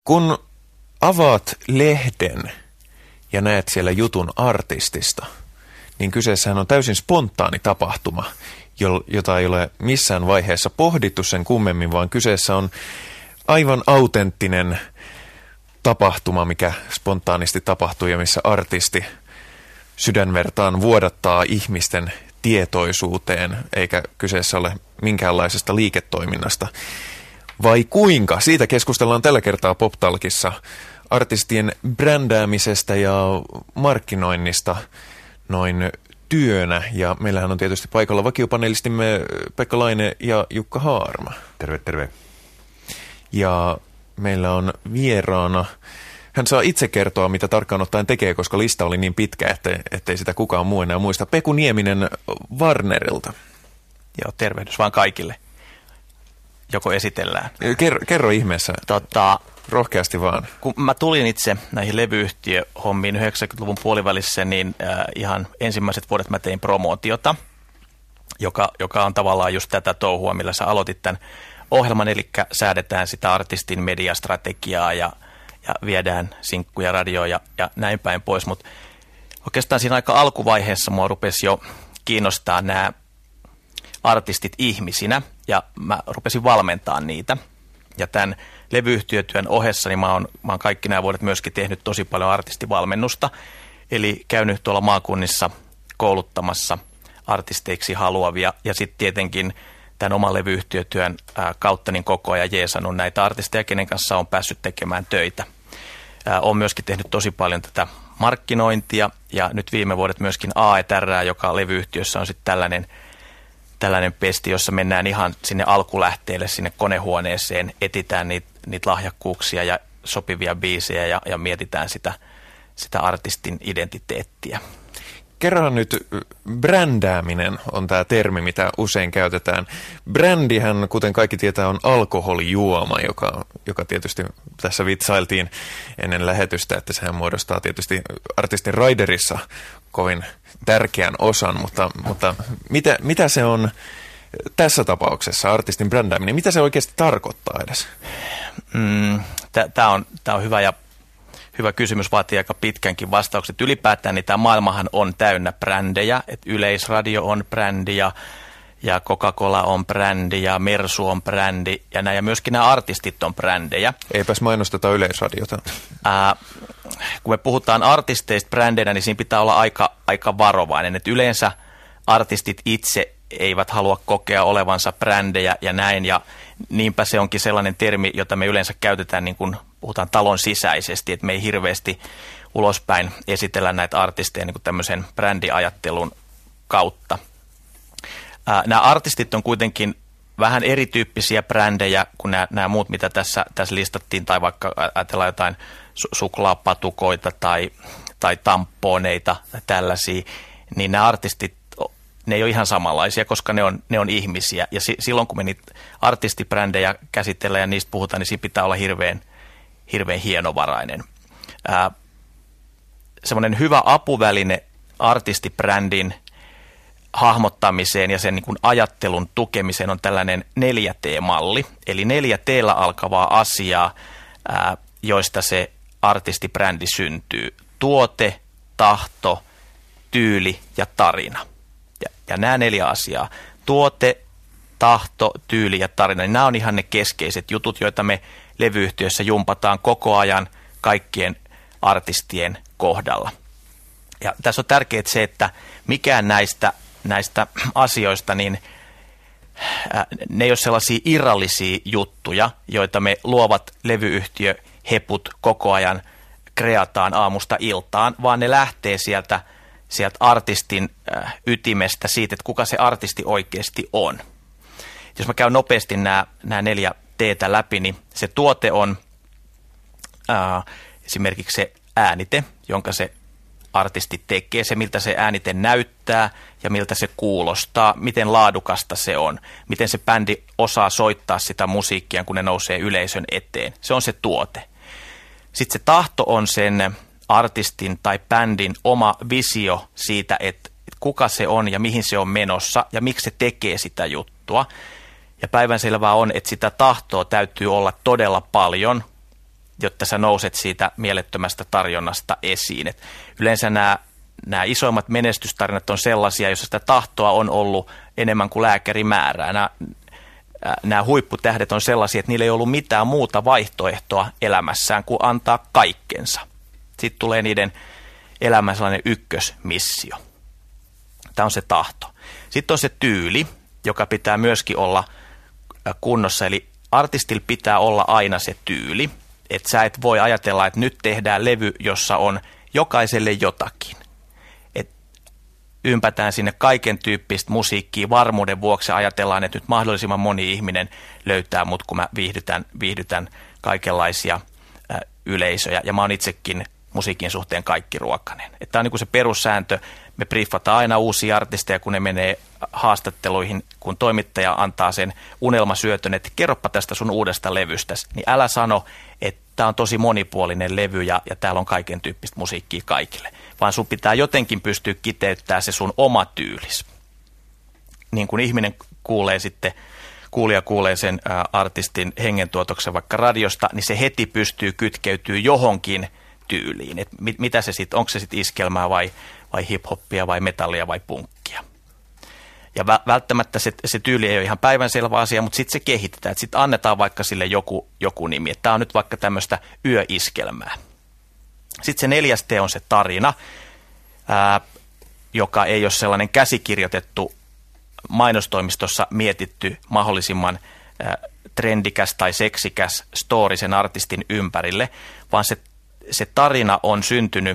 Kun avaat lehden ja näet siellä jutun artistista, niin kyseessähän on täysin spontaani tapahtuma, jota ei ole missään vaiheessa pohdittu sen kummemmin, vaan kyseessä on aivan autenttinen tapahtuma, mikä spontaanisti tapahtuu ja missä artisti sydänvertaan vuodattaa ihmisten tietoisuuteen, eikä kyseessä ole minkäänlaisesta liiketoiminnasta. Vai kuinka? Siitä keskustellaan tällä kertaa PopTalkissa artistien brändäämisestä ja markkinoinnista noin työnä. Ja meillähän on tietysti paikalla vakiopanelistimme Pekka Laine ja Jukka Haarma. Terve, terve. Ja meillä on vieraana, hän saa itse kertoa, mitä tarkkaan ottaen tekee, koska lista oli niin pitkä, ettei sitä kukaan muu enää muista. Peku Nieminen Warnerilta. Joo, tervehdys vaan kaikille. Joko esitellään. Kerro ihmeessä. Rohkeasti vaan. Kun mä tulin itse näihin levyyhtiöhommiin 90-luvun puolivälissä, niin ihan ensimmäiset vuodet mä tein promootiota, joka on tavallaan just tätä touhua, millä sä aloitit tämän ohjelman, eli säädetään sitä artistin mediastrategiaa ja viedään sinkkuja radioon ja näin päin pois, mutta oikeastaan siinä aika alkuvaiheessa mua rupesi jo kiinnostaa nämä artistit ihmisinä, ja mä rupesin valmentaa niitä. Ja tämän levyyhtiötyön ohessa niin mä oon kaikki nämä vuodet myöskin tehnyt tosi paljon artistivalmennusta, eli käynyt tuolla maakunnissa kouluttamassa artisteiksi haluavia, ja sitten tietenkin tämän oman levyyhtiötyön kautta niin koko ajan jeesannut näitä artisteja, kenen kanssa on päässyt tekemään töitä. Olen myöskin tehnyt tosi paljon tätä markkinointia, ja nyt viime vuodet myöskin A&R, joka levyyhtiössä on sitten tällainen pesti, jossa mennään ihan sinne alkulähteelle, sinne konehuoneeseen, etitään niitä lahjakkuuksia ja sopivia biisejä ja mietitään sitä artistin identiteettiä. Kerran nyt, brändääminen on tämä termi, mitä usein käytetään. Brändihän, kuten kaikki tietää, on alkoholijuoma, joka tietysti tässä vitsailtiin ennen lähetystä, että sehän muodostaa tietysti artistin raiderissa kovin tärkeän osan, mutta mitä se on tässä tapauksessa, artistin brändääminen, mitä se oikeasti tarkoittaa edes? Tämä on hyvä kysymys, vaatii aika pitkänkin vastaukset. Ylipäätään niin tämä maailmahan on täynnä brändejä, että Yleisradio on brändi ja Coca-Cola on brändi ja Mersu on brändi ja myöskin nämä artistit on brändejä. Eipäs mainosteta Yleisradiota. Kun me puhutaan artisteista brändeinä, niin siinä pitää olla aika varovainen, että yleensä artistit itse eivät halua kokea olevansa brändejä ja näin, ja niinpä se onkin sellainen termi, jota me yleensä käytetään niin kuin puhutaan talon sisäisesti, että me ei hirveästi ulospäin esitellä näitä artisteja niin kuin tämmöisen brändiajattelun kautta. Nämä artistit on kuitenkin vähän erityyppisiä brändejä kuin nämä muut, mitä tässä listattiin, tai vaikka ajatellaan jotain suklaapatukoita tai tamponeita tällaisia, niin nämä artistit, ne ei ole ihan samanlaisia, koska ne on ihmisiä. Ja silloin, kun me niitä artistibrändejä käsitellään ja niistä puhutaan, niin siinä pitää olla hirveän hienovarainen. Semmoinen hyvä apuväline artistibrändin hahmottamiseen ja sen niin kuin ajattelun tukemiseen on tällainen 4T-malli, eli 4T:llä alkavaa asiaa, joista se artistibrändi syntyy. Tuote, tahto, tyyli ja tarina. Ja nämä 4 asiaa, tuote, tahto, tyyli ja tarina, niin nämä on ihan ne keskeiset jutut, joita me levyyhtiössä jumpataan koko ajan kaikkien artistien kohdalla. Ja tässä on tärkeää se, että mikään näistä asioista, niin ne ei ole sellaisia irrallisia juttuja, joita me luovat levyyhtiöheput koko ajan kreataan aamusta iltaan, vaan ne lähtee sieltä artistin ytimestä siitä, että kuka se artisti oikeasti on. Jos mä käyn nopeasti nämä 4 T:tä läpi, niin se tuote on esimerkiksi se äänite, jonka se artisti tekee, se miltä se äänite näyttää ja miltä se kuulostaa, miten laadukasta se on, miten se bändi osaa soittaa sitä musiikkia, kun ne nousee yleisön eteen. Se on se tuote. Sitten se tahto on sen artistin tai bändin oma visio siitä, että kuka se on ja mihin se on menossa ja miksi se tekee sitä juttua. Ja päivänselvää on, että sitä tahtoa täytyy olla todella paljon, jotta sä nouset siitä mielettömästä tarjonnasta esiin. Et yleensä nämä isoimmat menestystarinat on sellaisia, joissa sitä tahtoa on ollut enemmän kuin lääkäri määrää. Nämä huipputähdet on sellaisia, että niillä ei ollut mitään muuta vaihtoehtoa elämässään kuin antaa kaikkensa. Sitten tulee niiden elämän sellainen ykkösmissio. Tämä on se tahto. Sitten on se tyyli, joka pitää myöskin olla kunnossa. Eli artistilla pitää olla aina se tyyli, että sä et voi ajatella, että nyt tehdään levy, jossa on jokaiselle jotakin. Ympätään sinne kaiken tyyppistä musiikkia varmuuden vuoksi, ajatellaan, että nyt mahdollisimman moni ihminen löytää mut, kun mä viihdytän kaikenlaisia yleisöjä. Ja mä oon itsekin musiikin suhteen kaikkiruokainen. Tämä on niin kuin se perussääntö. Me briefataan aina uusia artisteja, kun ne menee haastatteluihin, kun toimittaja antaa sen unelmasyötön, että kerropa tästä sun uudesta levystäsi. Niin älä sano, että tämä on tosi monipuolinen levy ja täällä on kaiken tyyppistä musiikkia kaikille. Vaan sun pitää jotenkin pystyä kiteyttämään se sun oma tyylis. Niin kun ihminen kuulija kuulee sen artistin hengentuotoksen vaikka radiosta, niin se heti pystyy kytkeytyy johonkin tyyliin. Et mitä se sitten, onko se sitten iskelmää vai hip-hoppia vai metallia vai punkkia. Ja välttämättä se tyyli ei ole ihan päivänselvä asia, mutta sitten se kehitetään. Sitten annetaan vaikka sille joku nimi. Tämä on nyt vaikka tämmöistä yöiskelmää. Sitten se 4. on se tarina, joka ei ole sellainen käsikirjoitettu mainostoimistossa mietitty mahdollisimman trendikäs tai seksikäs story sen artistin ympärille, vaan se tarina on syntynyt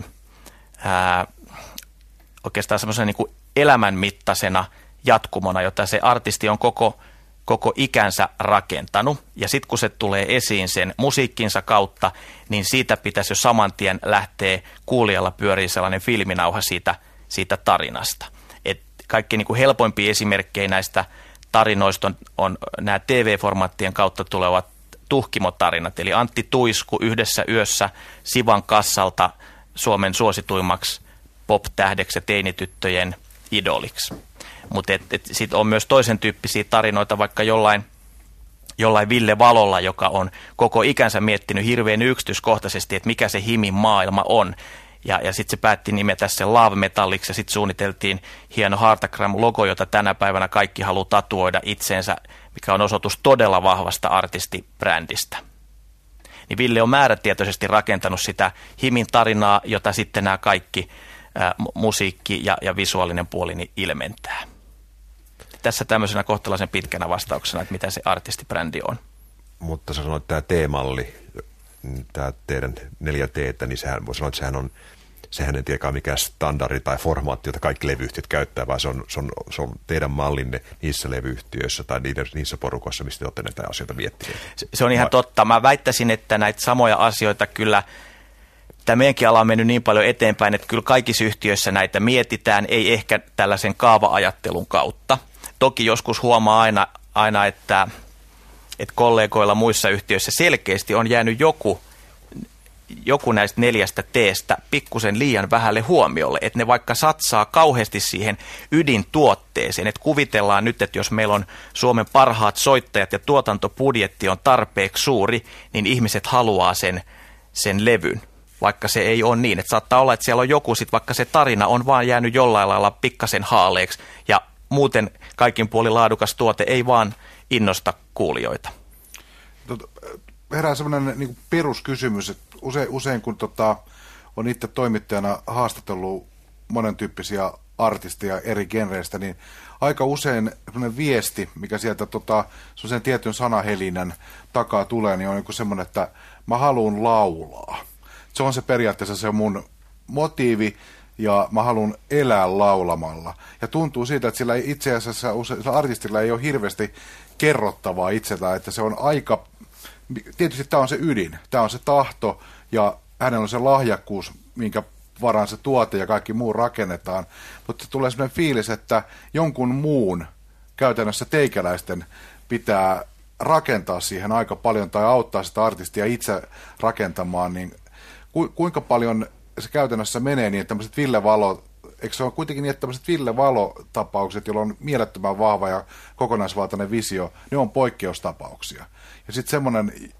oikeastaan semmoisena niin kuin elämänmittaisena jatkumona, jota se artisti on koko ikänsä rakentanut. Ja sitten kun se tulee esiin sen musiikkinsa kautta, niin siitä pitäisi jo saman tien lähteä kuulijalla pyörii sellainen filminauha siitä tarinasta. Et kaikki niin kuin helpoimpia esimerkkejä näistä tarinoista on nämä TV-formaattien kautta tulevat tuhkimotarinat, eli Antti Tuisku yhdessä yössä Sivan kassalta Suomen suosituimmaksi pop-tähdeksi ja teinityttöjen idoliksi. Mutta sitten on myös toisen tyyppisiä tarinoita, vaikka jollain Ville Valolla, joka on koko ikänsä miettinyt hirveän yksityiskohtaisesti, että mikä se himin maailma on. Ja sitten se päätti nimetä sen Love Metalliksi ja sitten suunniteltiin hieno Heartagram-logo, jota tänä päivänä kaikki haluaa tatuoida itseensä, mikä on osoitus todella vahvasta artistibrändistä. Niin Ville on määrätietoisesti rakentanut sitä himin tarinaa, jota sitten nämä kaikki musiikki ja visuaalinen puoli niin ilmentää. Tässä tämmöisenä kohtalaisen pitkänä vastauksena, että mitä se artistibrändi on. Mutta sä sanoit, että tämä T-malli, tämä teidän 4T, niin sehän voi sanoa, että sehän ei tiedäkään mikään standardi tai formaatti, jota kaikki levyyhtiöt käyttää, vaan se on teidän mallinne niissä levyyhtiöissä tai niissä porukoissa, mistä te olette näitä asioita miettineet. Se on ihan totta. Mä väittäisin, että näitä samoja asioita kyllä, tämä meidänkin ala on mennyt niin paljon eteenpäin, että kyllä kaikissa yhtiöissä näitä mietitään, ei ehkä tällaisen kaava-ajattelun kautta. Toki joskus huomaa aina että kollegoilla muissa yhtiöissä selkeästi on jäänyt joku näistä 4T:stä pikkusen liian vähälle huomiolle, että ne vaikka satsaa kauheasti siihen ydintuotteeseen, että kuvitellaan nyt, että jos meillä on Suomen parhaat soittajat ja tuotantobudjetti on tarpeeksi suuri, niin ihmiset haluaa sen levyn, vaikka se ei ole niin. Että saattaa olla, että siellä on joku, sit vaikka se tarina on vaan jäänyt jollain lailla pikkasen haaleeksi ja muuten kaikin puolin laadukas tuote ei vaan innosta kuulijoita. Herää sellainen niin peruskysymys, että usein kun on itse toimittajana haastatellut monentyyppisiä artisteja eri genreistä, niin aika usein sellainen viesti, mikä sieltä sen tietyn sanahelinän takaa tulee, niin on niin semmoinen, että mä haluan laulaa. Se on se periaatteessa se mun motiivi, ja mä haluan elää laulamalla. Ja tuntuu siitä, että sillä itse asiassa sillä artistilla ei ole hirveästi kerrottavaa itseltään, että se on aika, tietysti tämä on se ydin, tämä on se tahto, ja hänellä on se lahjakkuus, minkä varaan se tuote ja kaikki muu rakennetaan, mutta tulee sellainen fiilis, että jonkun muun, käytännössä teikäläisten, pitää rakentaa siihen aika paljon tai auttaa sitä artistia itse rakentamaan, niin kuinka paljon se käytännössä menee niin, että tämmöiset Ville Valo, eikö se ole kuitenkin niin, että tämmöiset Ville Valo-tapaukset, joilla on mielettömän vahva ja kokonaisvaltainen visio, ne on poikkeustapauksia. Ja sitten semmoinen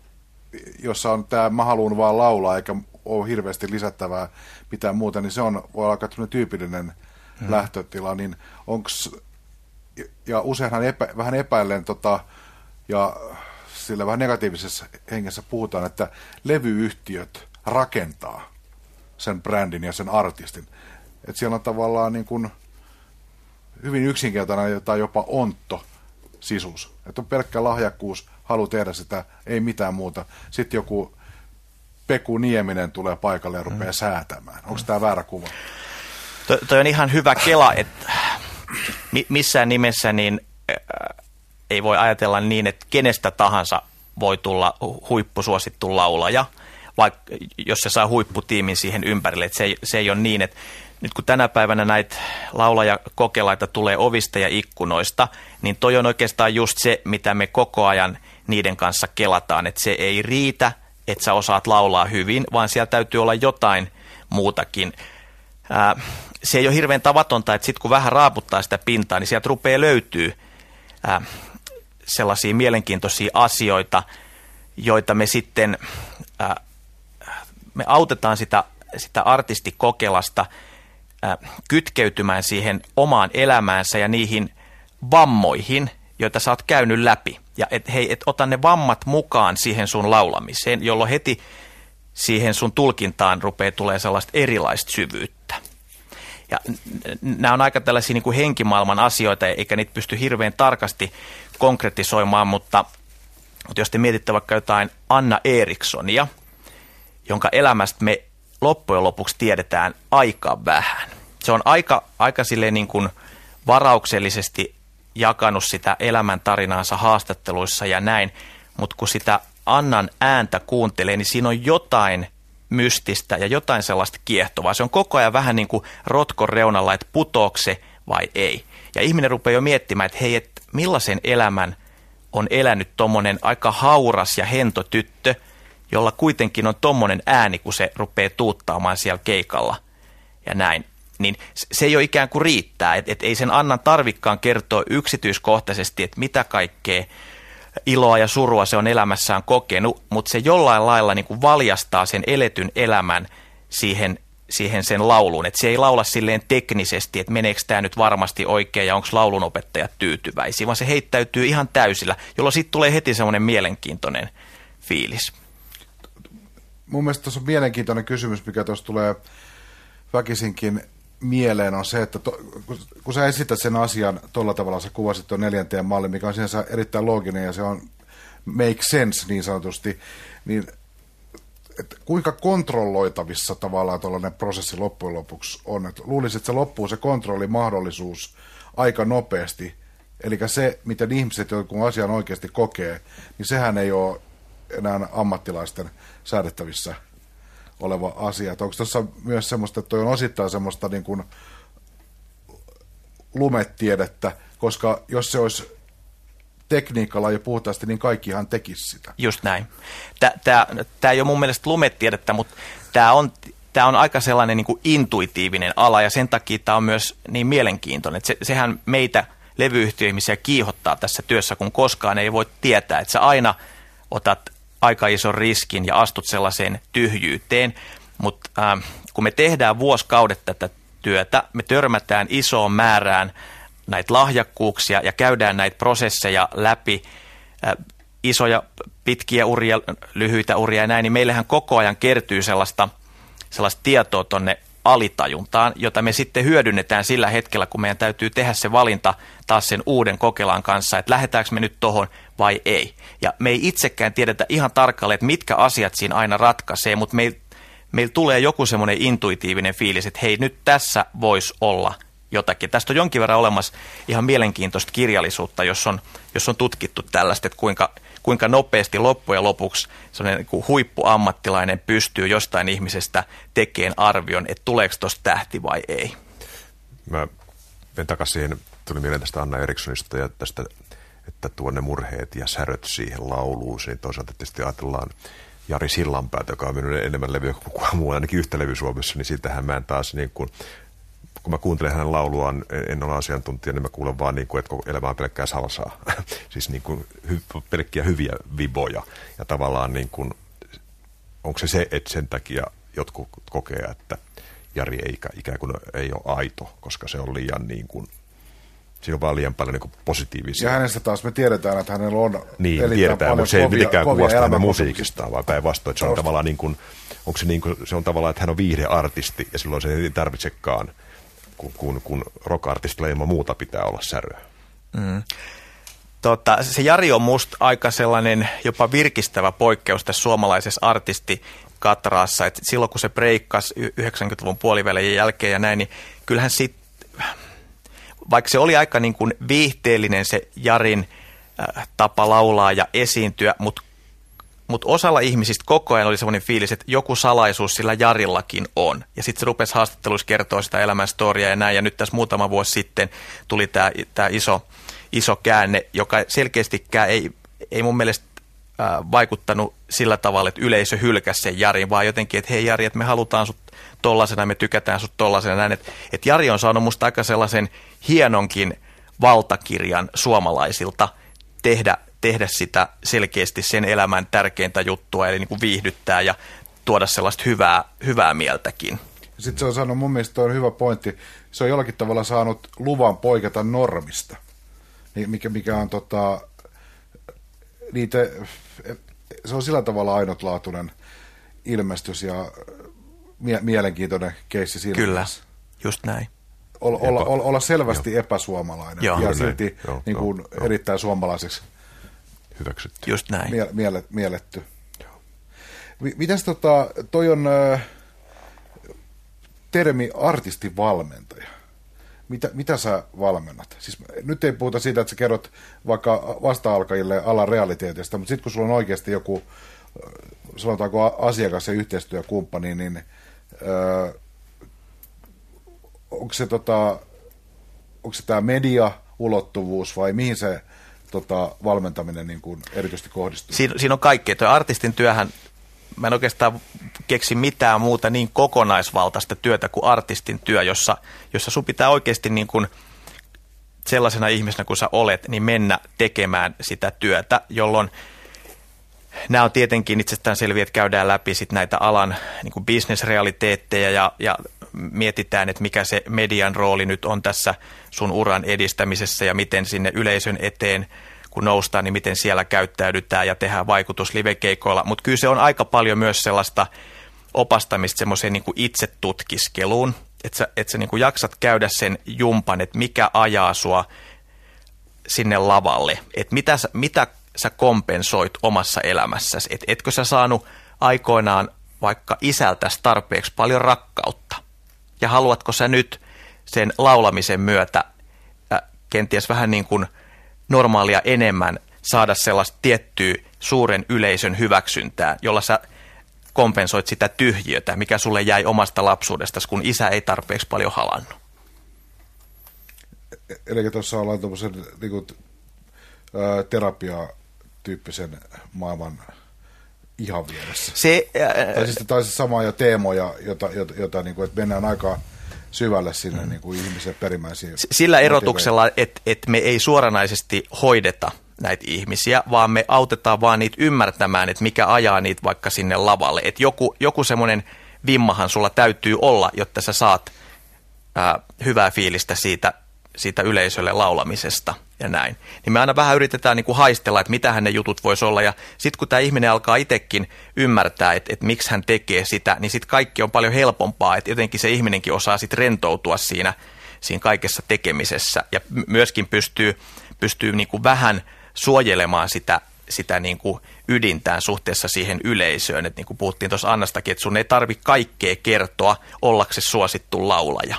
jossa on tämä mä haluun vaan laulaa eikä ole hirveästi lisättävää mitään muuta, niin se voi olla aika tyypillinen lähtötila, niin onks, ja useinhan vähän epäillen ja sillä vähän negatiivisessa hengessä puhutaan, että levyyhtiöt rakentaa sen brändin ja sen artistin. Että siellä on tavallaan niin kuin hyvin yksinkertainen tai jopa ontto sisus. Että on pelkkä lahjakkuus, halu tehdä sitä, ei mitään muuta. Sitten joku Peku Nieminen tulee paikalle ja rupeaa säätämään. Onko tämä väärä kuva? Toi on ihan hyvä kela, että missään nimessä niin ei voi ajatella niin, että kenestä tahansa voi tulla huippusuosittu laulaja, vaikka jos se saa huipputiimin siihen ympärille. Että se ei ole niin, että nyt kun tänä päivänä näitä laulajakokelaita tulee ovista ja ikkunoista, niin toi on oikeastaan just se, mitä me koko ajan niiden kanssa kelataan, että se ei riitä, että sä osaat laulaa hyvin, vaan siellä täytyy olla jotain muutakin. Se ei ole hirveän tavatonta, että sitten kun vähän raaputtaa sitä pintaa, niin sieltä rupeaa löytyy sellaisia mielenkiintoisia asioita, joita me sitten, me autetaan sitä artistikokelasta kytkeytymään siihen omaan elämäänsä ja niihin vammoihin, joita sä oot käynyt läpi. Ja et ota ne vammat mukaan siihen sun laulamiseen, jolloin heti siihen sun tulkintaan rupeaa tulemaan sellaista erilaista syvyyttä. Ja nämä on aika tällaisia niin kuin henkimaailman asioita, eikä niitä pysty hirveän tarkasti konkretisoimaan, mutta jos te mietitte vaikka jotain Anna Erikssonia, jonka elämästä me loppujen lopuksi tiedetään aika vähän. Se on aika silleen niin kuin varauksellisesti jakanut sitä elämäntarinaansa haastatteluissa ja näin, mutta kun sitä Annan ääntä kuuntelee, niin siinä on jotain mystistä ja jotain sellaista kiehtovaa. Se on koko ajan vähän niin kuin rotkon reunalla, että putoako se vai ei. Ja ihminen rupeaa jo miettimään, että hei, että millaisen elämän on elänyt tommonen aika hauras ja hento tyttö, jolla kuitenkin on tommonen ääni, kun se rupeaa tuuttaamaan siellä keikalla ja näin. Niin se ei ole ikään kuin riittää, että ei sen Annan tarvikkaan kertoa yksityiskohtaisesti, että mitä kaikkea iloa ja surua se on elämässään kokenut, mutta se jollain lailla niin kuin valjastaa sen eletyn elämän siihen sen lauluun. Että se ei laula silleen teknisesti, että meneekö tämä nyt varmasti oikein ja onko laulunopettajat tyytyväisiä, vaan se heittäytyy ihan täysillä, jolloin siitä tulee heti semmoinen mielenkiintoinen fiilis. Mun mielestä tuossa on mielenkiintoinen kysymys, mikä tuossa tulee väkisinkin mieleen, on se, että kun sä esität sen asian tuolla tavalla, sä kuvasit tuon 4. mallin, mikä on sinänsä erittäin looginen ja se on make sense niin sanotusti, niin että kuinka kontrolloitavissa tavallaan tuollainen prosessi loppujen lopuksi on. Että luulisin, että se loppuu se kontrollimahdollisuus aika nopeasti. Eli se, miten ihmiset jonkun asian oikeasti kokee, niin sehän ei ole enää ammattilaisten säädettävissä oleva asia. Että onko tuossa myös semmoista, että toi on osittain semmoista niin kuin lumetiedettä, koska jos se olisi tekniikalla ja puhtaasti, niin kaikkihan tekisi sitä. Just näin. Tämä ei ole mun mielestä lumetiedettä, mutta tämä on aika sellainen niin kuin intuitiivinen ala ja sen takia tämä on myös niin mielenkiintoinen. Sehän meitä levyyhtiöihmisiä kiihottaa tässä työssä, kun koskaan ei voi tietää, että sä aina otat aika ison riskin ja astut sellaiseen tyhjyyteen, mutta kun me tehdään vuosikaudet tätä työtä, me törmätään isoon määrään näitä lahjakkuuksia ja käydään näitä prosesseja läpi, isoja pitkiä uria, lyhyitä uria ja näin, niin meillähän koko ajan kertyy sellaista tietoa tonne alitajuntaan, jota me sitten hyödynnetään sillä hetkellä, kun meidän täytyy tehdä se valinta taas sen uuden kokelaan kanssa, että lähdetäänkö me nyt tohon vai ei. Ja me ei itsekään tiedetä ihan tarkalleen, että mitkä asiat siinä aina ratkaisee, mutta meillä tulee joku semmoinen intuitiivinen fiilis, että hei, nyt tässä voisi olla jotakin. Tästä on jonkin verran olemassa ihan mielenkiintoista kirjallisuutta, jos on tutkittu tällaista, että kuinka nopeasti loppujen lopuksi sellainen niin huippuammattilainen pystyy jostain ihmisestä tekemään arvion, että tuleeko tuosta tähti vai ei. Mä menen takaisin siihen, tuli mieleen tästä Anna Erikssonista ja tästä, että tuonne murheet ja säröt siihen lauluun. Niin toisaalta tietysti ajatellaan Jari Sillanpäältä, joka on mennyt enemmän levyä kuin kukaan muu, ainakin yhtä levy Suomessa, niin siitähän mä en taas niin kuin kun mä kuuntelen hänen lauluaan, en ole asiantuntija, niin mä kuulen vaan, niin kuin, että elämä on pelkkää salsaa. Siis niin kuin, pelkkiä hyviä viboja. Ja tavallaan, niin kuin, onko se, että sen takia jotkut kokee, että Jari ikään kuin ei ole aito, koska se on liian niin kuin, siinä on vaan liian paljon niin positiivisia. Ja hänestä taas me tiedetään, että hänellä on niin, tiedetään, mutta se ei mitenkään kuvasta hänen musiikistaan, vaan päinvastoin, että se on tavallaan niin kuin, onko se niin kuin, se on tavallaan, että hän on viihdeartisti ja silloin se ei tarvitsekaan, kun rock-artistilla ilman muuta pitää olla säröä. Se Jari on musta aika sellainen jopa virkistävä poikkeus tässä suomalaisessa artistikatraassa, että silloin kun se breikkasi 90-luvun puolivälin jälkeen ja näin, niin kyllähän sitten, vaikka se oli aika niin kuin viihteellinen se Jarin tapa laulaa ja esiintyä, mutta osalla ihmisistä koko ajan oli semmoinen fiilis, että joku salaisuus sillä Jarillakin on. Ja sitten se rupesi haastatteluissa kertoa sitä elämänstoria ja näin. Ja nyt tässä muutama vuosi sitten tuli tämä iso käänne, joka selkeästikään ei mun mielestä vaikuttanut sillä tavalla, että yleisö hylkäsi sen Jarin, vaan jotenkin, että hei Jari, että me halutaan sut tollasena, me tykätään sut tollasena. Näin, että Jari on saanut musta aika sellaisen hienonkin valtakirjan suomalaisilta tehdä sitä selkeästi sen elämän tärkeintä juttua, eli niin kuin viihdyttää ja tuoda sellaista hyvää mieltäkin. Sitten se on saanut, mun mielestä on hyvä pointti, se on jollakin tavalla saanut luvan poiketa normista, mikä on se on sillä tavalla ainutlaatuinen ilmestys ja mielenkiintoinen keissi siinä. Kyllä, just näin. Olla selvästi epäsuomalainen ja silti niin kuin erittäin suomalaiseksi hyväksytty. Just näin. Mielletty. Mitäs toi on termi artistivalmentaja. Mitä sä valmennat? Siis nyt ei puhuta siitä, että sä kerrot vaikka vasta-alkajille alan realiteetista, mutta sitten kun sulla on oikeasti joku, sanotaanko asiakas ja yhteistyökumppani, niin onko se tämä media-ulottuvuus vai mihin se valmentaminen niin kuin erityisesti kohdistuu? Siinä on kaikkea. Tuo artistin työhän, mä en oikeastaan keksi mitään muuta niin kokonaisvaltaista työtä kuin artistin työ, jossa sun pitää oikeasti niin kuin sellaisena ihmisenä kuin sä olet, niin mennä tekemään sitä työtä, jolloin nämä on tietenkin itsestäänselviä, että käydään läpi sit näitä alan niin kuin business-realiteetteja ja mietitään, että mikä se median rooli nyt on tässä sun uran edistämisessä ja miten sinne yleisön eteen, kun noustaan, niin miten siellä käyttäydytään ja tehdään vaikutus livekeikoilla. Mutta kyllä se on aika paljon myös sellaista opastamista semmoiseen niin kuin itsetutkiskeluun, että sä niin kuin jaksat käydä sen jumpan, että mikä ajaa sua sinne lavalle, että mitä sä kompensoit omassa elämässäsi, että etkö sä saanut aikoinaan vaikka isältäsi tarpeeksi paljon rakkautta ja haluatko sä nyt sen laulamisen myötä kenties vähän niin kuin normaalia enemmän saada sellaista tiettyä suuren yleisön hyväksyntää, jolla sä kompensoit sitä tyhjiötä, mikä sulle jäi omasta lapsuudestasi, kun isä ei tarpeeksi paljon halannut. Eli tuossa ollaan tuollaisen niin terapia-tyyppisen maailman ihan vieressä. Tai siis samaa ja teemoja, jota niin kuin, että mennään aika syvälle sinne niin kuin ihmisen perimmäisiin. Sillä erotuksella, että me ei suoranaisesti hoideta näitä ihmisiä, vaan me autetaan vaan niitä ymmärtämään, että mikä ajaa niitä vaikka sinne lavalle. Että joku semmoinen vimmahan sulla täytyy olla, jotta sä saat hyvää fiilistä siitä yleisölle laulamisesta ja näin. Niin me aina vähän yritetään niin kuin haistella, että mitähän ne jutut voisi olla. Ja sitten kun tämä ihminen alkaa itsekin ymmärtää, että miksi hän tekee sitä, niin sitten kaikki on paljon helpompaa. Että jotenkin se ihminenkin osaa sitten rentoutua siinä kaikessa tekemisessä. Ja myöskin pystyy niin kuin vähän suojelemaan sitä niin kuin ydintään suhteessa siihen yleisöön. Että niin kuin puhuttiin tuossa Annastakin, että sun ei tarvitse kaikkea kertoa ollaksesi suosittu laulaja.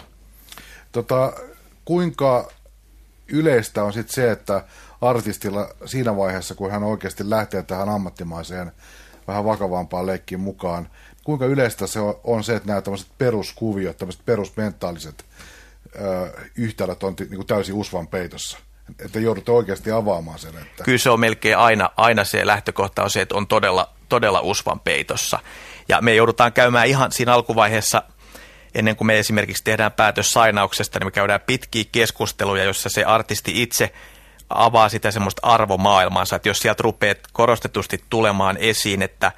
Kuinka yleistä on sitten se, että artistilla siinä vaiheessa, kun hän oikeasti lähtee tähän ammattimaiseen vähän vakavampaan leikkiin mukaan, kuinka yleistä se on se, että nämä tämmöiset peruskuviot, tämmöiset perusmentaaliset yhtälöt on niin kuin täysin usvan peitossa? Että joudutte oikeasti avaamaan sen. Että kyllä se on melkein aina se lähtökohta on se, että on todella usvan peitossa. Ja me joudutaan käymään ihan siinä alkuvaiheessa ennen kuin me esimerkiksi tehdään päätös sainauksesta, niin me käydään pitkiä keskusteluja, jossa se artisti itse avaa sitä semmoista arvomaailmaansa, että jos sieltä rupeaa korostetusti tulemaan esiin, että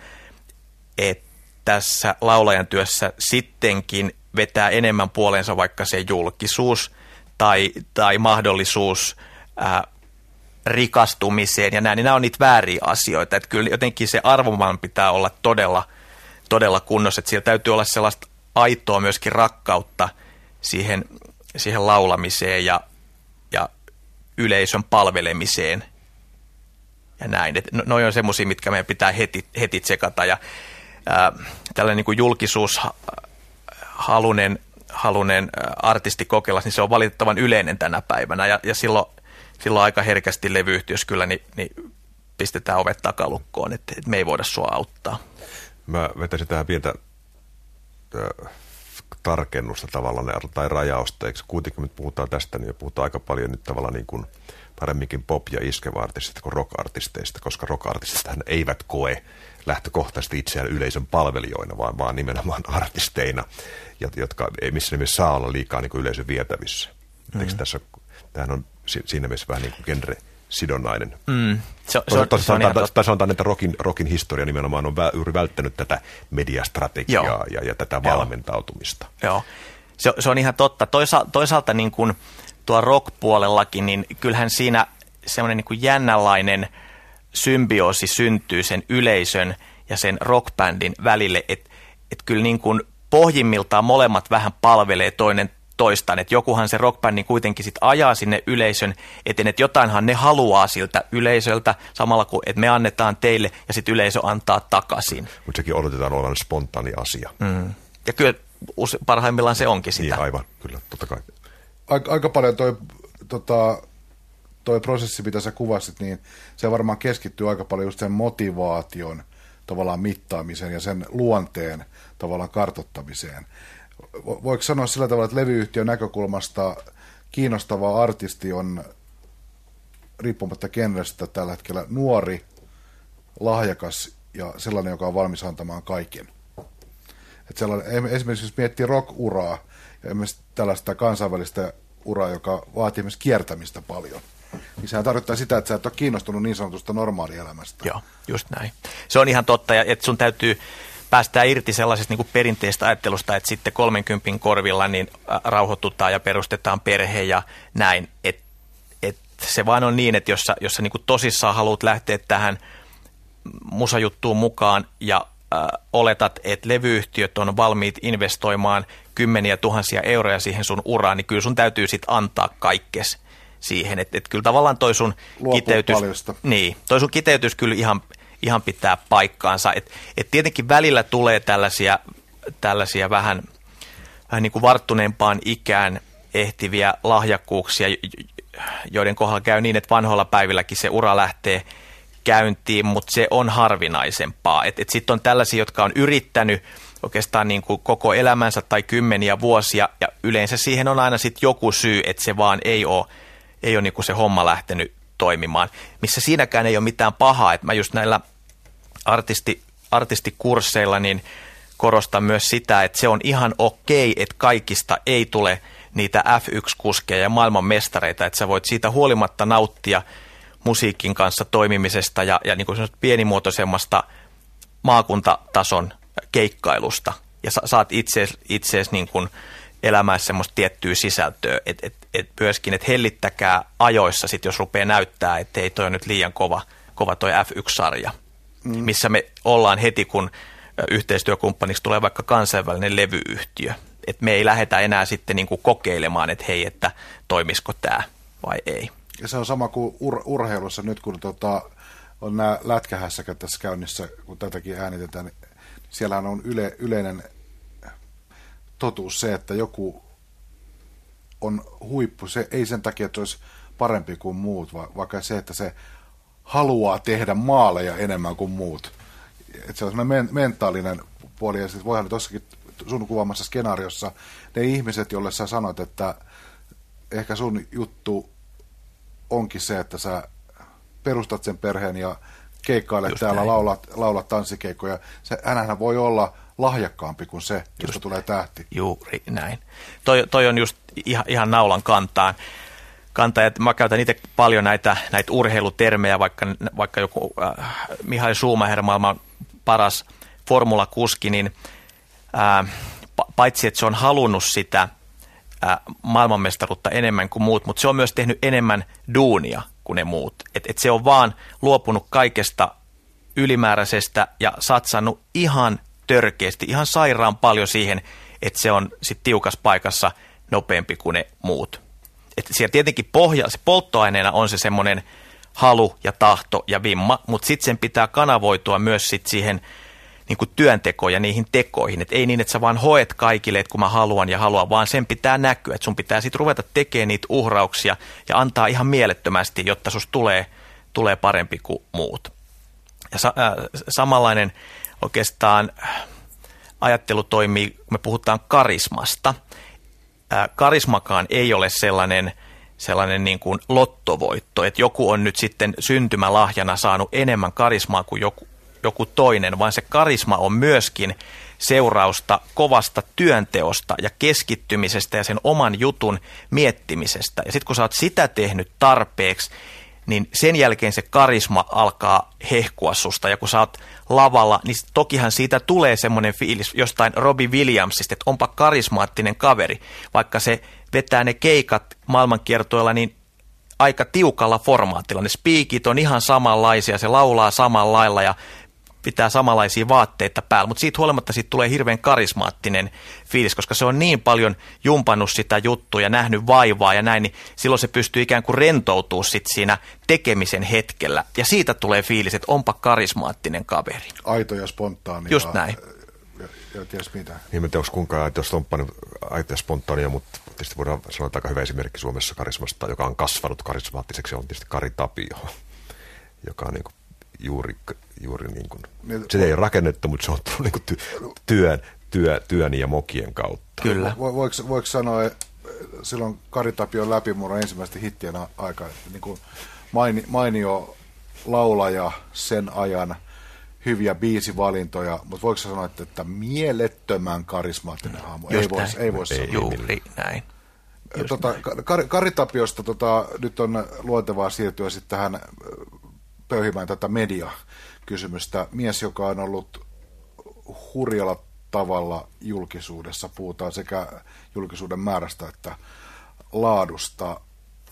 tässä laulajan työssä sittenkin vetää enemmän puoleensa vaikka se julkisuus tai mahdollisuus rikastumiseen ja näin, niin nämä on niitä vääriä asioita. Että kyllä jotenkin se arvomaan pitää olla todella kunnossa, että siellä täytyy olla sellaista aitoa myöskin rakkautta siihen laulamiseen ja yleisön palvelemiseen ja näin. Noi on semmoisia, mitkä meidän pitää heti tsekata ja tällainen niin kuin julkisuushalunen artistikokelas, niin se on valitettavan yleinen tänä päivänä ja silloin aika herkästi levyyhtiössä kyllä niin pistetään ovet takalukkoon, että me ei voida sua auttaa. Mä vetäisin tähän pientä tarkennusta tavallaan tai rajausta. Eikö kuitenkin nyt puhutaan tästä, niin puhutaan aika paljon nyt tavallaan niin kuin paremminkin pop- ja iskeva-artisteista kuin rock-artisteista, koska rock-artististahan eivät koe lähtökohtaisesti itseään yleisön palvelijoina, vaan nimenomaan artisteina, jotka ei missään nimessä saa olla liikaa niin kuin yleisön vietävissä. Eikö tässä, tämähän on siinä mielessä vähän niin kuin genre-sidonnainen. Sanotaan, että rockin historia nimenomaan on juuri välttänyt tätä mediastrategiaa ja tätä valmentautumista. Joo, se on ihan totta. Toisaalta niin kuin tuo rock-puolellakin, niin kyllähän siinä semmoinen niin kuin jännänlainen symbioosi syntyy sen yleisön ja sen rockbändin välille, että kyllä niin kuin pohjimmiltaan molemmat vähän palvelee toinen toistaan, että jokuhan se rockbändi kuitenkin sit ajaa sinne yleisön eteen, että jotainhan ne haluaa siltä yleisöltä samalla kuin että me annetaan teille ja sitten yleisö antaa takaisin. Mutta sekin odotetaan olevan spontaani asia. Ja kyllä parhaimmillaan se onkin sitä. Niin, aivan, kyllä, totta kai. Aika paljon toi prosessi, mitä sä kuvasit, niin se varmaan keskittyy aika paljon just sen motivaation tavallaan mittaamiseen ja sen luonteen tavallaan kartoittamiseen. Voiko sanoa sillä tavalla, että levyyhtiön näkökulmasta kiinnostava artisti on riippumatta genrestä tällä hetkellä nuori, lahjakas ja sellainen, joka on valmis antamaan kaiken. Että esimerkiksi jos miettii rock-uraa ja tällaista kansainvälistä uraa, joka vaatii myös kiertämistä paljon, niin sehän tarkoittaa sitä, että sä et ole kiinnostunut niin sanotusta normaalielämästä. Joo, just näin. Se on ihan totta, ja että sun täytyy päästään irti sellaisesta niin kuin perinteistä ajattelusta, että sitten 30 korvilla niin rauhoitutaan ja perustetaan perhe ja näin. Se vaan on niin, että jos sä niin kuin tosissaan haluat lähteä tähän musajuttuun mukaan ja oletat, että levyyhtiöt on valmiit investoimaan kymmeniä tuhansia euroja siihen sun uraan, niin kyllä sun täytyy sitten antaa kaikkes siihen. Että kyllä tavallaan toi sun kiteytys kyllä ihan pitää paikkaansa. Et tietenkin välillä tulee tällaisia vähän niin kuin varttuneempaan ikään ehtiviä lahjakkuuksia, joiden kohdalla käy niin, että vanhoilla päivilläkin se ura lähtee käyntiin, mutta se on harvinaisempaa. Sitten on tällaisia, jotka on yrittänyt oikeastaan niin kuin koko elämänsä tai kymmeniä vuosia, ja yleensä siihen on aina sitten joku syy, että se vaan ei ole niin kuin se homma lähtenyt toimimaan, missä siinäkään ei ole mitään pahaa, että mä just näillä artistikursseilla niin korostan myös sitä, että se on ihan okei, että kaikista ei tule niitä F1-kuskeja ja maailman mestareita, että sä voit siitä huolimatta nauttia musiikin kanssa toimimisesta ja niin kuin pienimuotoisemmasta maakuntatason keikkailusta ja saat itseesi niin kuin elämässä semmoista tiettyä sisältöä, että myöskin, että hellittäkää ajoissa sit, jos rupeaa näyttää, että ei toi ole nyt liian kova toi F1-sarja, missä me ollaan heti, kun yhteistyökumppaniksi tulee vaikka kansainvälinen levyyhtiö. Että me ei lähdetä enää sitten niin kuin kokeilemaan, että hei, että toimisiko tämä vai ei. Ja se on sama kuin urheilussa nyt, kun on nämä lätkähässäkät tässä käynnissä, kun tätäkin äänitetään, niin siellähän on yleinen totuus se, että joku on huippu, se ei sen takia, että olisi parempi kuin muut, vaikka se, että se haluaa tehdä maaleja enemmän kuin muut. Että se on sellainen mentaalinen puoli, ja sitten voihan nyt tuossakin sun kuvaamassa skenaariossa ne ihmiset, joille sä sanoit, että ehkä sun juttu onkin se, että sä perustat sen perheen ja keikkaile täällä, laulaa tanssikeikkoja. Hänhän voi olla lahjakkaampi kuin se, josta tulee tähti. Juuri näin. Toi on just ihan naulan kantaan. Mä käytän itse paljon näitä urheilutermejä, vaikka joku Michael Schumacher, maailman paras formulakuski, niin paitsi että se on halunnut sitä maailmanmestaruutta enemmän kuin muut, mutta se on myös tehnyt enemmän duunia kuin ne muut. Et se on vaan luopunut kaikesta ylimääräisestä ja satsannut ihan törkeästi, ihan sairaan paljon siihen, että se on sit tiukassa paikassa nopeampi kuin ne muut. Että siellä tietenkin se polttoaineena on se semmoinen halu ja tahto ja vimma, mutta sitten sen pitää kanavoitua myös sit siihen niin kuin työntekoon ja niihin tekoihin. Et ei niin, että sä vaan hoet kaikille, että kun mä haluan, vaan sen pitää näkyä. Että sun pitää sitten ruveta tekemään niitä uhrauksia ja antaa ihan mielettömästi, jotta susta tulee parempi kuin muut. Ja samanlainen oikeastaan ajattelu toimii, kun me puhutaan karismasta. Karismakaan ei ole sellainen niin kuin lottovoitto, että joku on nyt sitten syntymälahjana saanut enemmän karismaa kuin joku toinen, vaan se karisma on myöskin seurausta kovasta työnteosta ja keskittymisestä ja sen oman jutun miettimisestä. Ja sitten kun sä oot sitä tehnyt tarpeeksi, niin sen jälkeen se karisma alkaa hehkua susta. Ja kun sä oot lavalla, niin tokihan siitä tulee semmoinen fiilis jostain Robbie Williamsista, että onpa karismaattinen kaveri. Vaikka se vetää ne keikat maailmankiertoilla, niin aika tiukalla formaatilla. Ne spiikit on ihan samanlaisia, se laulaa samalla lailla ja pitää samanlaisia vaatteita päällä, mutta siitä huolimatta siitä tulee hirveän karismaattinen fiilis, koska se on niin paljon jumpannut sitä juttua ja nähnyt vaivaa ja näin, niin silloin se pystyy ikään kuin rentoutumaan sit siinä tekemisen hetkellä. Ja siitä tulee fiilis, että onpa karismaattinen kaveri. Aito ja spontaani. Just näin. Ja ties mitä. Niin, en tiedä, onko kuinkaan aito ja spontaania, mutta tietysti voidaan sanoa, että aika hyvä esimerkki Suomessa karismasta, joka on kasvanut karismaattiseksi, on tietysti Kari Tapio, joka on niin kuin juuri niin kuin, se ei ole rakennettu, mutta se on tullut niin kuin työn ja mokien kautta. Kyllä. Voiko sanoa, että silloin Kari Tapion läpimurron ensimmäisten hittien aikaa, niin kuin mainio laulaja sen ajan, hyviä biisivalintoja, mutta voiko sanoa, että mielettömän karismaattinen hahmo? Ei voi sanoa. Juuri näin. Kari Tapiosta nyt on luontevaa siirtyä sitten tähän pöyhimään tätä mediakysymystä. Mies, joka on ollut hurjalla tavalla julkisuudessa, puhutaan sekä julkisuuden määrästä että laadusta.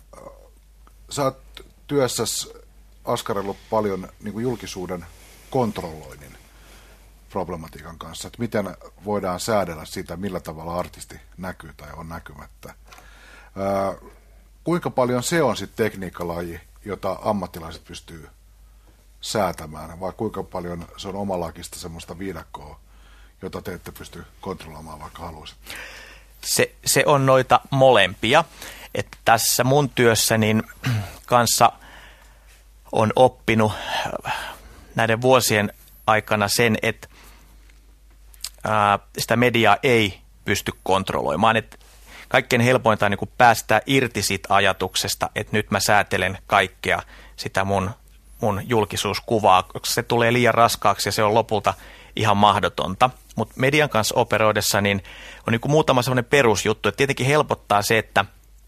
Sä oot työssäsi askarellut paljon niin kuin julkisuuden kontrolloinnin problematiikan kanssa, että miten voidaan säädellä sitä, millä tavalla artisti näkyy tai on näkymättä. Kuinka paljon se on sitten tekniikkalaji, jota ammattilaiset pystyy säätämään, vai kuinka paljon se on omalakista semmoista viidakkoa, jota te ette pysty kontrolloimaan, vaikka haluaisit? Se on noita molempia. Että tässä mun työssä niin kanssa on oppinut näiden vuosien aikana sen, että sitä mediaa ei pysty kontrolloimaan. Että kaikkein helpointa on niin kuin päästää irti siitä ajatuksesta, että nyt mä säätelen kaikkea sitä mun julkisuuskuvaa, koska se tulee liian raskaaksi ja se on lopulta ihan mahdotonta. Mutta median kanssa operoidessa niin on niin kuin muutama sellainen perusjuttu, että tietenkin helpottaa se, että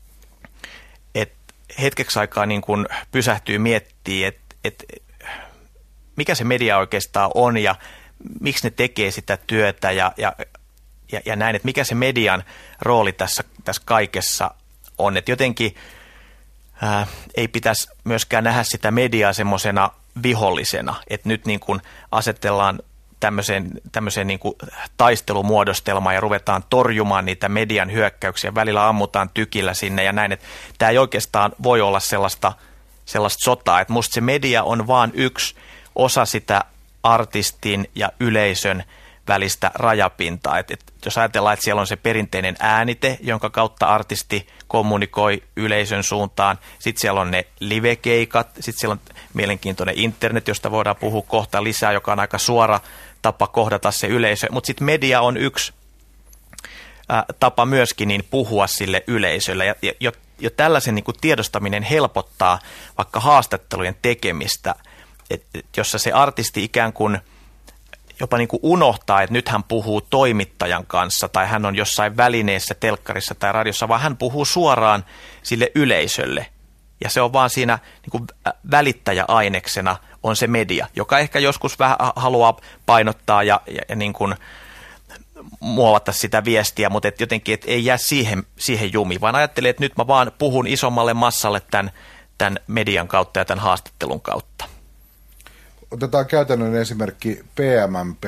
hetkeksi aikaa niin kuin pysähtyy miettimään, että mikä se media oikeastaan on ja miksi ne tekee sitä työtä ja näin, että mikä se median rooli tässä kaikessa on. Että jotenkin ei pitäisi myöskään nähdä sitä mediaa semmoisena vihollisena, että nyt niin kuin asetellaan tämmöiseen niin kuin taistelumuodostelmaan ja ruvetaan torjumaan niitä median hyökkäyksiä, välillä ammutaan tykillä sinne ja näin, että tämä ei oikeastaan voi olla sellaista sotaa, että musta se media on vaan yksi osa sitä artistin ja yleisön välistä rajapintaa. Et jos ajatellaan, että siellä on se perinteinen äänite, jonka kautta artisti kommunikoi yleisön suuntaan, sitten siellä on ne livekeikat, sitten siellä on mielenkiintoinen internet, josta voidaan puhua kohta lisää, joka on aika suora tapa kohdata se yleisö, mutta sitten media on yksi tapa myöskin niin puhua sille yleisölle, ja jo tällaisen niin kuin tiedostaminen helpottaa vaikka haastattelujen tekemistä, jossa se artisti ikään kuin jopa niin kuin unohtaa, että nyt hän puhuu toimittajan kanssa tai hän on jossain välineessä, telkkarissa tai radiossa, vaan hän puhuu suoraan sille yleisölle. Ja se on vaan siinä niin kuin välittäjäaineksena on se media, joka ehkä joskus vähän haluaa painottaa ja niin kuin muovata sitä viestiä, mutta jotenkin et ei jää siihen jumiin, vaan ajattelee, että nyt mä vaan puhun isommalle massalle tämän median kautta ja tämän haastattelun kautta. Otetaan käytännön esimerkki PMMP,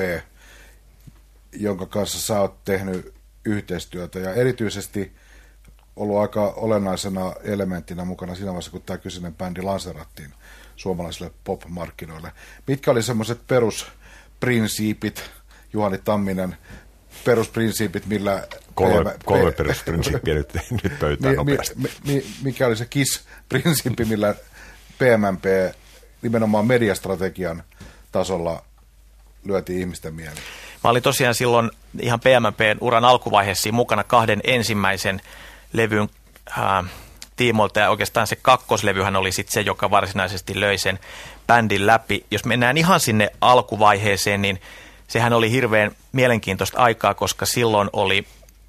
jonka kanssa sä oot tehnyt yhteistyötä ja erityisesti ollut aika olennaisena elementtinä mukana siinä vaiheessa, kun tämä kyseinen bändi lanserattiin suomalaisille pop-markkinoille. Mitkä oli semmoiset perusprinsiipit, Juhani Tamminen, perusprinsiipit, millä... Kolme perusprinsiippiä nyt pöytään nopeasti. Mikä oli se KISS-prinsiippi, millä PMMP nimenomaan mediastrategian tasolla lyötiin ihmisten mieliin? Mä olin tosiaan silloin ihan PMMPn uran alkuvaiheessa mukana 2 ensimmäisen levyn tiimoilta, ja oikeastaan se kakkoslevyhän oli sitten se, joka varsinaisesti löi sen bändin läpi. Jos mennään ihan sinne alkuvaiheeseen, niin sehän oli hirveän mielenkiintoista aikaa, koska silloin oli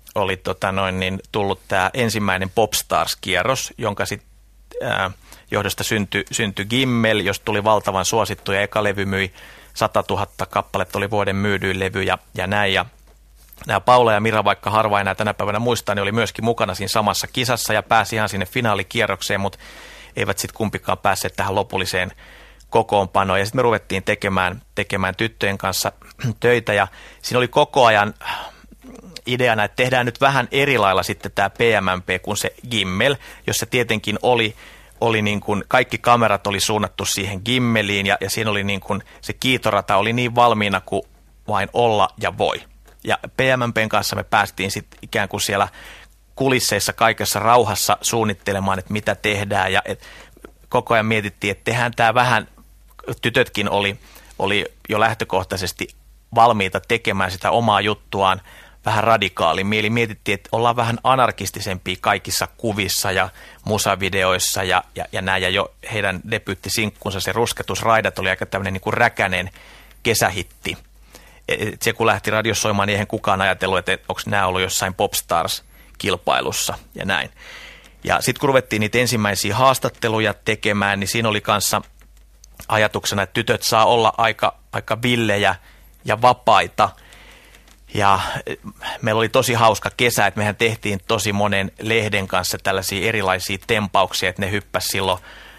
tullut tämä ensimmäinen Popstars-kierros, jonka sitten johdosta syntyi Gimmel, josta tuli valtavan suosittu, ja eka levy myi 100 000 kappaletta, oli vuoden myydyin levy ja näin. Ja nämä Paula ja Mira, vaikka harva enää tänä päivänä muistaa, niin oli myöskin mukana siinä samassa kisassa ja pääsi ihan sinne finaalikierrokseen, mutta eivät sitten kumpikaan päässeet tähän lopulliseen kokoonpanoon. Ja sitten me ruvettiin tekemään tyttöjen kanssa töitä, ja siinä oli koko ajan ideana, että tehdään nyt vähän eri lailla sitten tämä PMMP kuin se Gimmel, jossa tietenkin oli niin kuin, kaikki kamerat oli suunnattu siihen Gimmeliin, ja siinä oli niin kuin, se kiitorata oli niin valmiina kuin vain olla ja voi. Ja PMMPn kanssa me päästiin sitten ikään kuin siellä kulisseissa kaikessa rauhassa suunnittelemaan, että mitä tehdään, ja koko ajan mietittiin, että tehdään tämä vähän, tytötkin oli jo lähtökohtaisesti valmiita tekemään sitä omaa juttuaan vähän radikaalimmin. Eli mietittiin, että ollaan vähän anarkistisempia kaikissa kuvissa ja musavideoissa ja näin. Ja jo heidän debyyttisinkkunsa, se Rusketusraidat, oli aika tämmöinen niin kuin räkänen kesähitti. Se kun lähti radiossa soimaan, niin eihän kukaan ajatellut, että onko nämä ollut jossain Popstars-kilpailussa ja näin. Ja sitten kun ruvettiin niitä ensimmäisiä haastatteluja tekemään, niin siinä oli kanssa ajatuksena, että tytöt saa olla aika villejä ja vapaita. Ja meillä oli tosi hauska kesä, että mehän tehtiin tosi monen lehden kanssa tällaisia erilaisia tempauksia, että ne hyppäsi silloin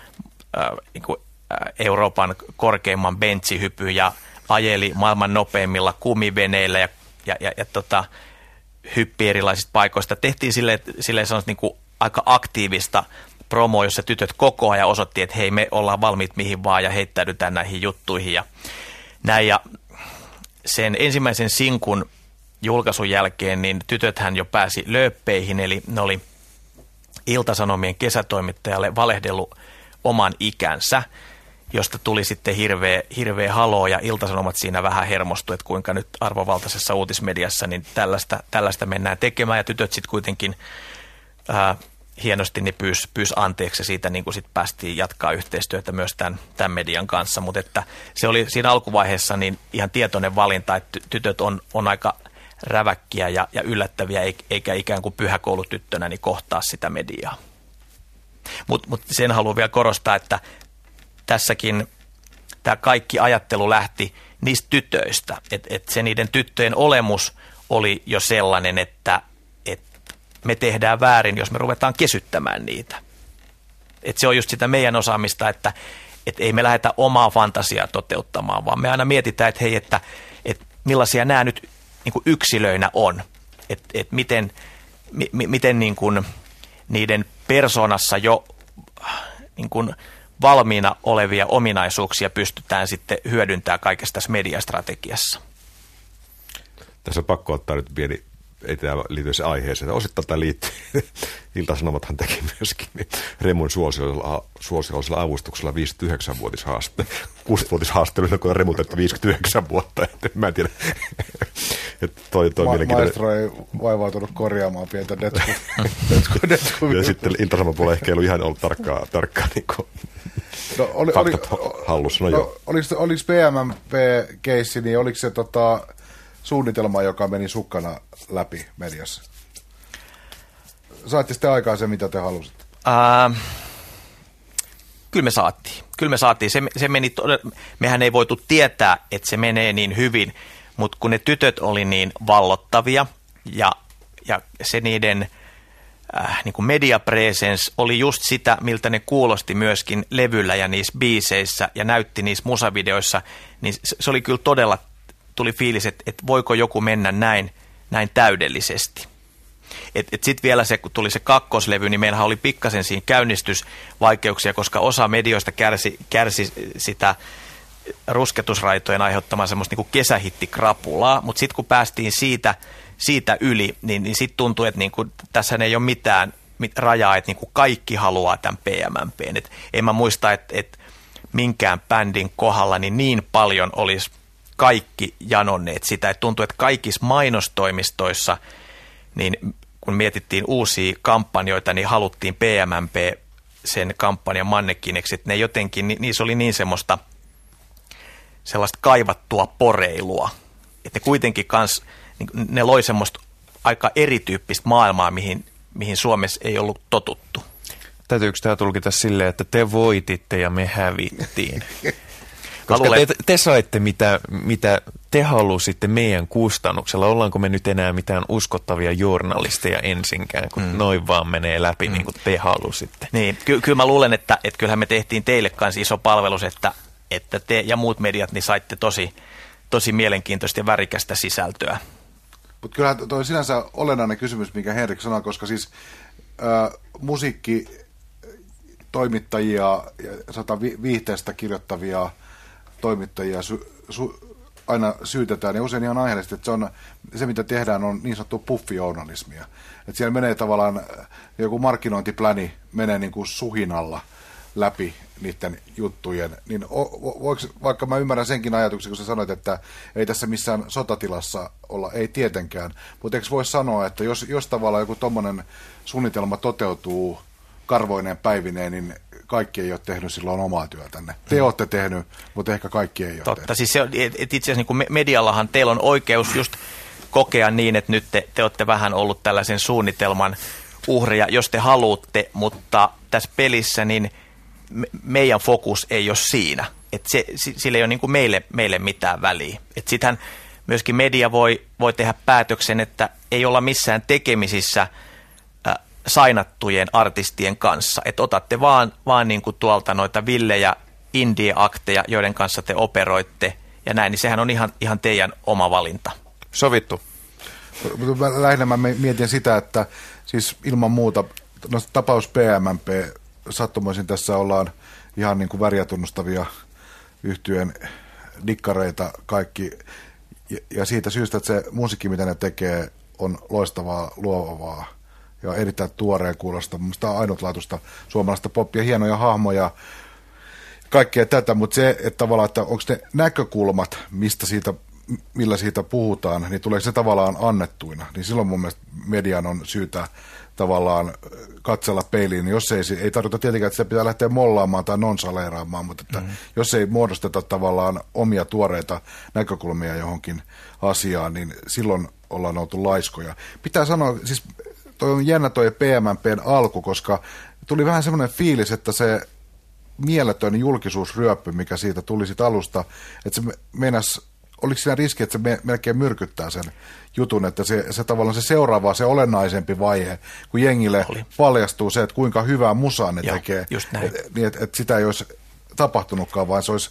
Euroopan korkeimman bentsihypyn ja ajeli maailman nopeimmilla kumiveneillä ja hyppi erilaisista paikoista. Tehtiin silleen sellaista niin kuin aika aktiivista promoa, jossa tytöt koko ajan osoitti, että hei, me ollaan valmiit mihin vaan ja heittäydytään näihin juttuihin ja näin. Ja sen ensimmäisen sinkun julkaisun jälkeen niin tytöthän jo pääsi lööppeihin, eli ne oli Ilta-Sanomien kesätoimittajalle valehdellut oman ikänsä, josta tuli sitten hirveä haloo, ja Ilta-Sanomat siinä vähän hermostui, että kuinka nyt arvovaltaisessa uutismediassa niin tällaista mennään tekemään, ja tytöt sitten kuitenkin hienosti niin pyysi anteeksi, ja siitä niin kuin sit päästiin jatkaa yhteistyötä myös tämän median kanssa, mutta että se oli siinä alkuvaiheessa niin ihan tietoinen valinta, että tytöt on aika räväkkiä ja yllättäviä, eikä ikään kuin pyhäkoulutyttönä niin kohtaa sitä mediaa. Mut sen haluan vielä korostaa, että tässäkin tämä kaikki ajattelu lähti niistä tytöistä, että se niiden tyttöjen olemus oli jo sellainen, että me tehdään väärin, jos me ruvetaan kesyttämään niitä. Että se on just sitä meidän osaamista, että ei me lähdetä omaa fantasiaa toteuttamaan, vaan me aina mietitään, että hei, että millaisia nämä nyt niin kuin yksilöinä on. Että miten niin kuin niiden persoonassa jo niin kuin valmiina olevia ominaisuuksia pystytään sitten hyödyntämään kaikessa tässä mediastrategiassa. Tässä on pakko ottaa nyt pieni, ei tämä liity se aiheeseen. Osittain tämä liittyy. Ilta-Sanomathan teki myöskin Remun suosiollisella avustuksella 6-vuotishaasteluita, kun on Remulta 59 vuotta. Mä en tiedä. Maestro ei vaivautunut korjaamaan pientä detskuvia. Ja sitten Ilta-Sanoman puolella ehkä ei ollut ihan ollut tarkkaa niin faktat hallussa. Oliko PMMP-keissi, niin oliko se suunnitelma, joka meni sukkana läpi mediassa? Saatte sitten aikaan se, mitä te halusitte? Kyllä me saatiin. Se meni mehän ei voitu tietää, että se menee niin hyvin, mutta kun ne tytöt oli niin vallottavia ja se niiden niin kuin media presence oli just sitä, miltä ne kuulosti myöskin levyllä ja niissä biiseissä ja näytti niissä musavideoissa, niin se oli kyllä todella, tuli fiilis, että voiko joku mennä näin täydellisesti. Sitten vielä se, kun tuli se kakkoslevy, niin meillähän oli pikkasen siinä käynnistysvaikeuksia, koska osa medioista kärsi sitä rusketusraitojen aiheuttamaa semmoista niin kuin kesähittikrapulaa, mutta sitten kun päästiin siitä yli, niin sitten tuntui, että niin kuin, tässä ei ole mitään rajaa, että niin kuin kaikki haluaa tämän PMMPn. En mä muista, että minkään bändin kohdalla niin paljon olisi kaikki janonneet sitä, että tuntuu, että kaikissa mainostoimistoissa, niin kun mietittiin uusia kampanjoita, niin haluttiin PMMP sen kampanjan mannekineksi, että ne jotenkin, niissä oli niin sellaista kaivattua poreilua, että ne kuitenkin ne loi semmoista aika erityyppistä maailmaa, mihin Suomessa ei ollut totuttu. Täytyykö tämä tulkita silleen, että te voititte ja me hävittiin? Koska te saitte, mitä te halusitte meidän kustannuksella. Ollaanko me nyt enää mitään uskottavia journalisteja ensinkään, kun noin vaan menee läpi niin kuin te halusitte? Niin, kyllä mä luulen, että kyllähän me tehtiin teille kanssa iso palvelus, että te ja muut mediat niin saitte tosi mielenkiintoista ja värikästä sisältöä. Mutta kyllähän toi sinänsä olennainen kysymys, minkä Henrik sanoi, koska siis musiikkitoimittajia ja viihteestä kirjoittavia toimittajia aina syytetään, ja usein ihan aiheellisesti, että se mitä tehdään on niin sanottua puffijournalismia. Että siellä menee tavallaan joku markkinointipläni menee niin kuin suhinalla läpi niiden juttujen, niin vaikka mä ymmärrän senkin ajatuksen, kun sä sanoit, että ei tässä missään sotatilassa olla, ei tietenkään, mutta eikö voi sanoa, että jos tavallaan joku tommonen suunnitelma toteutuu karvoineen päivineen, niin kaikki ei ole tehnyt silloin omaa työtänne. Te olette tehnyt, mutta ehkä kaikki ei ole Totta, siis itse asiassa niin kuin mediallahan teillä on oikeus just kokea niin, että nyt te olette vähän ollut tällaisen suunnitelman uhria, jos te haluatte, mutta tässä pelissä niin meidän fokus ei ole siinä. Että sillä ei ole niin kuin meille mitään väliä. Että sittenhän myöskin media voi tehdä päätöksen, että ei olla missään tekemisissä sainattujen artistien kanssa. Että otatte vaan niin kuin tuolta noita villejä indie-akteja, joiden kanssa te operoitte ja näin, niin sehän on ihan teidän oma valinta. Sovittu. Lähinnä mä mietin sitä, että siis ilman muuta tapaus PMMP, sattumoisin tässä ollaan ihan niin kuin väriä tunnustavia yhtyeen dikkareita kaikki, ja siitä syystä, että se musiikki, mitä ne tekee, on loistavaa, luovaa ja erittäin tuoreen kuulosta. Mielestäni on ainutlaatuista suomalaista poppia, hienoja hahmoja, kaikkea tätä, mutta se, että tavallaan, että onko ne näkökulmat, millä siitä puhutaan, niin tulee se tavallaan annettuina, niin silloin mun mielestä median on syytä tavallaan katsella peiliin. Jos ei tarkoita tietenkään, että sitä pitää lähteä mollaamaan tai nonsaleeraamaan, mutta että jos ei muodosteta tavallaan omia tuoreita näkökulmia johonkin asiaan, niin silloin ollaan oltu laiskoja. Pitää sanoa, siis toi on jännä toi PMMPn alku, koska tuli vähän semmoinen fiilis, että se mieletön julkisuusryöppy, mikä siitä tuli sit alusta, että se meinasi, oliko siinä riski, että se melkein myrkyttää sen jutun, että se tavallaan se seuraava, se olennaisempi vaihe, kun jengille paljastuu se, että kuinka hyvää musaa ne tekee, niin että sitä ei olisi tapahtunutkaan, vaan se olisi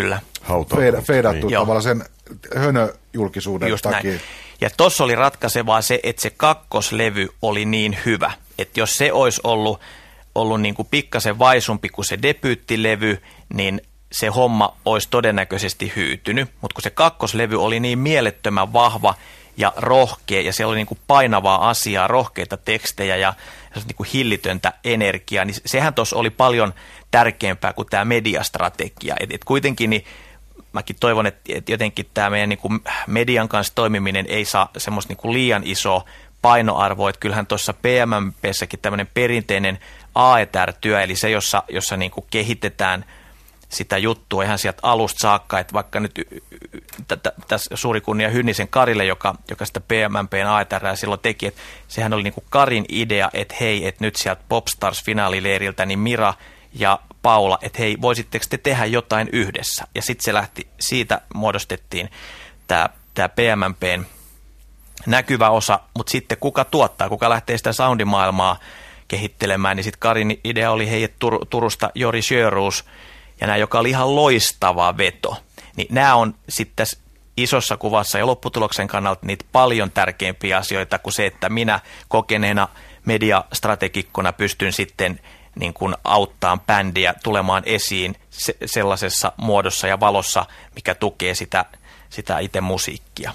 feidattu tavallaan sen hönöjulkisuuden takia. Näin. Ja tuossa oli ratkaisevaa se, että se kakkoslevy oli niin hyvä, että jos se olisi ollut niin kuin pikkasen vaisumpi kuin se debyyttilevy, niin se homma olisi todennäköisesti hyytynyt, mutta kun se kakkoslevy oli niin mielettömän vahva ja rohkea, ja siellä oli niin kuin painavaa asiaa, rohkeita tekstejä ja niin kuin hillitöntä energiaa, niin sehän tuossa oli paljon tärkeämpää kuin tämä mediastrategia. Et kuitenkin niin mäkin toivon, että jotenkin tämä meidän niin kuin median kanssa toimiminen ei saa semmoista niin kuin liian isoa painoarvoa, että kyllähän tuossa PMMPssäkin tämmöinen perinteinen AETR-työ, eli se, jossa niin kuin kehitetään sitä juttua ihan sieltä alusta saakka, että vaikka nyt tässä suuri kunnia Hynnisen Karille, joka sitä PMMPn AETR silloin teki, että sehän oli niin kuin Karin idea, että hei, että nyt sieltä Popstars-finaalileiriltä niin Mira ja Paula, että hei, voisitteko te tehdä jotain yhdessä? Ja sitten se lähti, siitä muodostettiin tämä PMMPn näkyvä osa, mutta sitten kuka tuottaa, kuka lähtee sitä soundimaailmaa kehittelemään, niin sitten Karin idea oli, hei, että Turusta Jori Sjöroos, ja nämä, joka oli ihan loistava veto. Niin nämä on sitten tässä isossa kuvassa ja lopputuloksen kannalta niitä paljon tärkeimpiä asioita kuin se, että minä kokeneena mediastrategikkona pystyn sitten niin kuin auttamaan bändiä tulemaan esiin sellaisessa muodossa ja valossa, mikä tukee sitä itse musiikkia.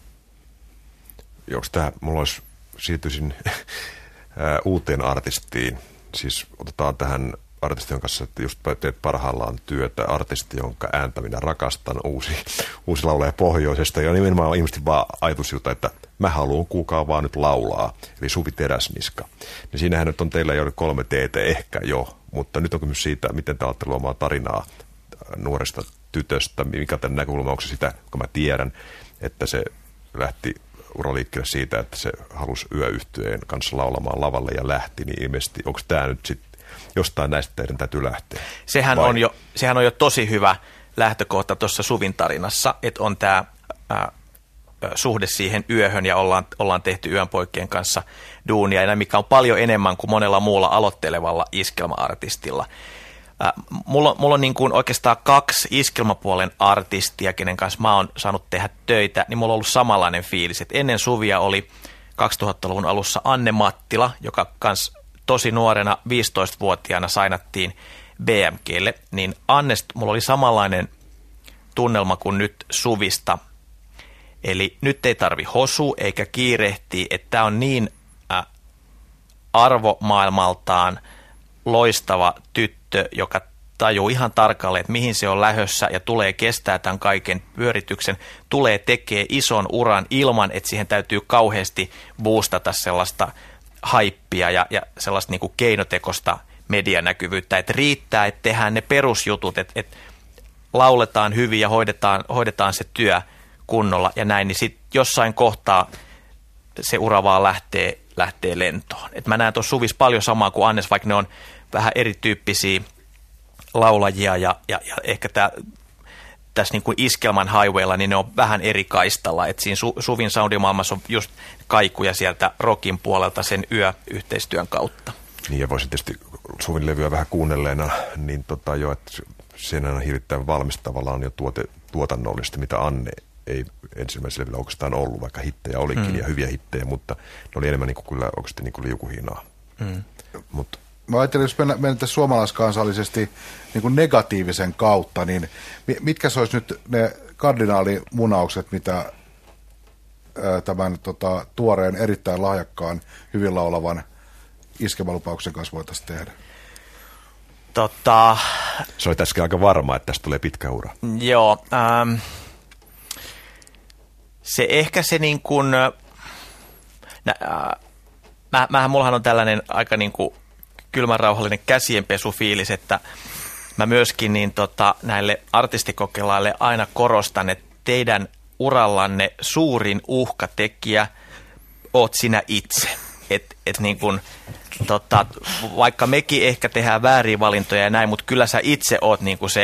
Jos mulla olisi, siirtyisin uuteen artistiin, siis otetaan tähän artisti, jonka kanssa just teet parhaillaan työtä, artisti, jonka ääntä minä rakastan, uusi laulaja pohjoisesta, ja nimenomaan ilmeisesti vaan ajatusjuta, että mä haluan kukaan vaan nyt laulaa, eli Suvi Teräsniska. Ja siinähän nyt on teillä jo 3 teetä ehkä jo, mutta nyt on kysymys siitä, miten te olette luomaan tarinaa nuoresta tytöstä, mikä tämän näkökulma, onko se sitä, kun mä tiedän, että se lähti uraliikkeelle siitä, että se halusi yöyhtyeen kanssa laulamaan lavalle ja lähti, niin ilmeisesti onko tämä nyt sitten jostain näistä teidän täytyy lähteä? Sehän on jo tosi hyvä lähtökohta tuossa Suvin tarinassa, että on tämä suhde siihen yöhön ja ollaan tehty Yönpoikien kanssa duunia, mikä on paljon enemmän kuin monella muulla aloittelevalla iskelma-artistilla. Mulla on niin kuin oikeastaan 2 iskelmapuolen artistia, kenen kanssa mä oon saanut tehdä töitä, niin mulla on ollut samanlainen fiilis, että ennen Suvia oli 2000-luvun alussa Anne Mattila, joka kans tosi nuorena 15-vuotiaana sainattiin BMGlle, niin Annesta mulla oli samanlainen tunnelma kuin nyt Suvista. Eli nyt ei tarvi hosua eikä kiirehtiä, että tämä on niin arvomaailmaltaan loistava tyttö, joka tajuu ihan tarkalleen, että mihin se on lähössä ja tulee kestää tämän kaiken pyörityksen, tulee tekee ison uran ilman, että siihen täytyy kauheasti boostata sellaista haippia ja sellaista niin kuin keinotekoista medianäkyvyyttä, että riittää, että tehdään ne perusjutut, että lauletaan hyvin ja hoidetaan se työ kunnolla ja näin, niin sitten jossain kohtaa se ura vaan lähtee lentoon. Et mä näen tuossa Suvis paljon samaa kuin Annes, vaikka ne on vähän erityyppisiä laulajia ja ehkä tässä niin kuin iskelman highwaylla, niin ne on vähän eri kaistalla. Et siinä Suvin soundimaailmassa on just kaikuja sieltä rockin puolelta sen yöyhteistyön kautta. Niin ja voisin tietysti Suvin levyä vähän kuunnelleena, niin jo, että siinä on hirvittävän valmis tavallaan jo tuotannollisesti, mitä Anne ei ensimmäisellä levyllä oikeastaan ollut, vaikka hittejä olikin ja hyviä hittejä, mutta ne oli enemmän niin kuin kyllä oikeasti niin kuin liukuhinaa. Mä ajattelin, jos mennään suomalaiskansallisesti niin kuin negatiivisen kautta, niin mitkä se olisi nyt ne kardinaalimunaukset, mitä tämän tuoreen, erittäin lahjakkaan, hyvin laulavan iskelmälupauksen kanssa voitaisiin tehdä? Se oli tässäkin aika varma, että tästä tulee pitkä ura. Joo. Se ehkä se niin kuin, mullahan on tällainen aika niin kuin kylmän rauhallinen käsienpesufiilis, että mä myöskin niin näille artistikokelaille aina korostan, että teidän urallanne suurin uhkatekijä oot sinä itse. Et niin kun, vaikka mekin ehkä tehdään vääriä valintoja ja näin, mutta kyllä sä itse oot niin kuin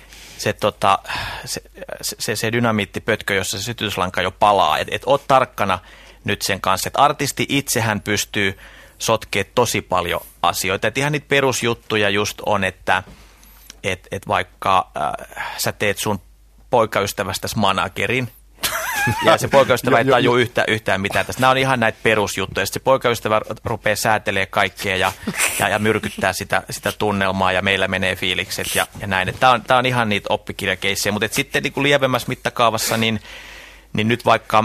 se dynamiittipötkö, jossa se sytytyslanka jo palaa. Et oot tarkkana nyt sen kanssa, että artisti itsehän pystyy sotkemaan tosi paljon asioita. Et ihan niitä perusjuttuja just on, että vaikka sä teet sun poikaystävästäsi managerin, ja se poikaystävä ei taju yhtään mitään tästä. Nämä on ihan näitä perusjuttuja. Sitten se poikaystävä rupeaa säätelemään kaikkea ja myrkyttää sitä tunnelmaa ja meillä menee fiilikset ja näin. Tämä on ihan niitä oppikirjakeissejä, mutta sitten niin kuin lievemmässä mittakaavassa, niin nyt vaikka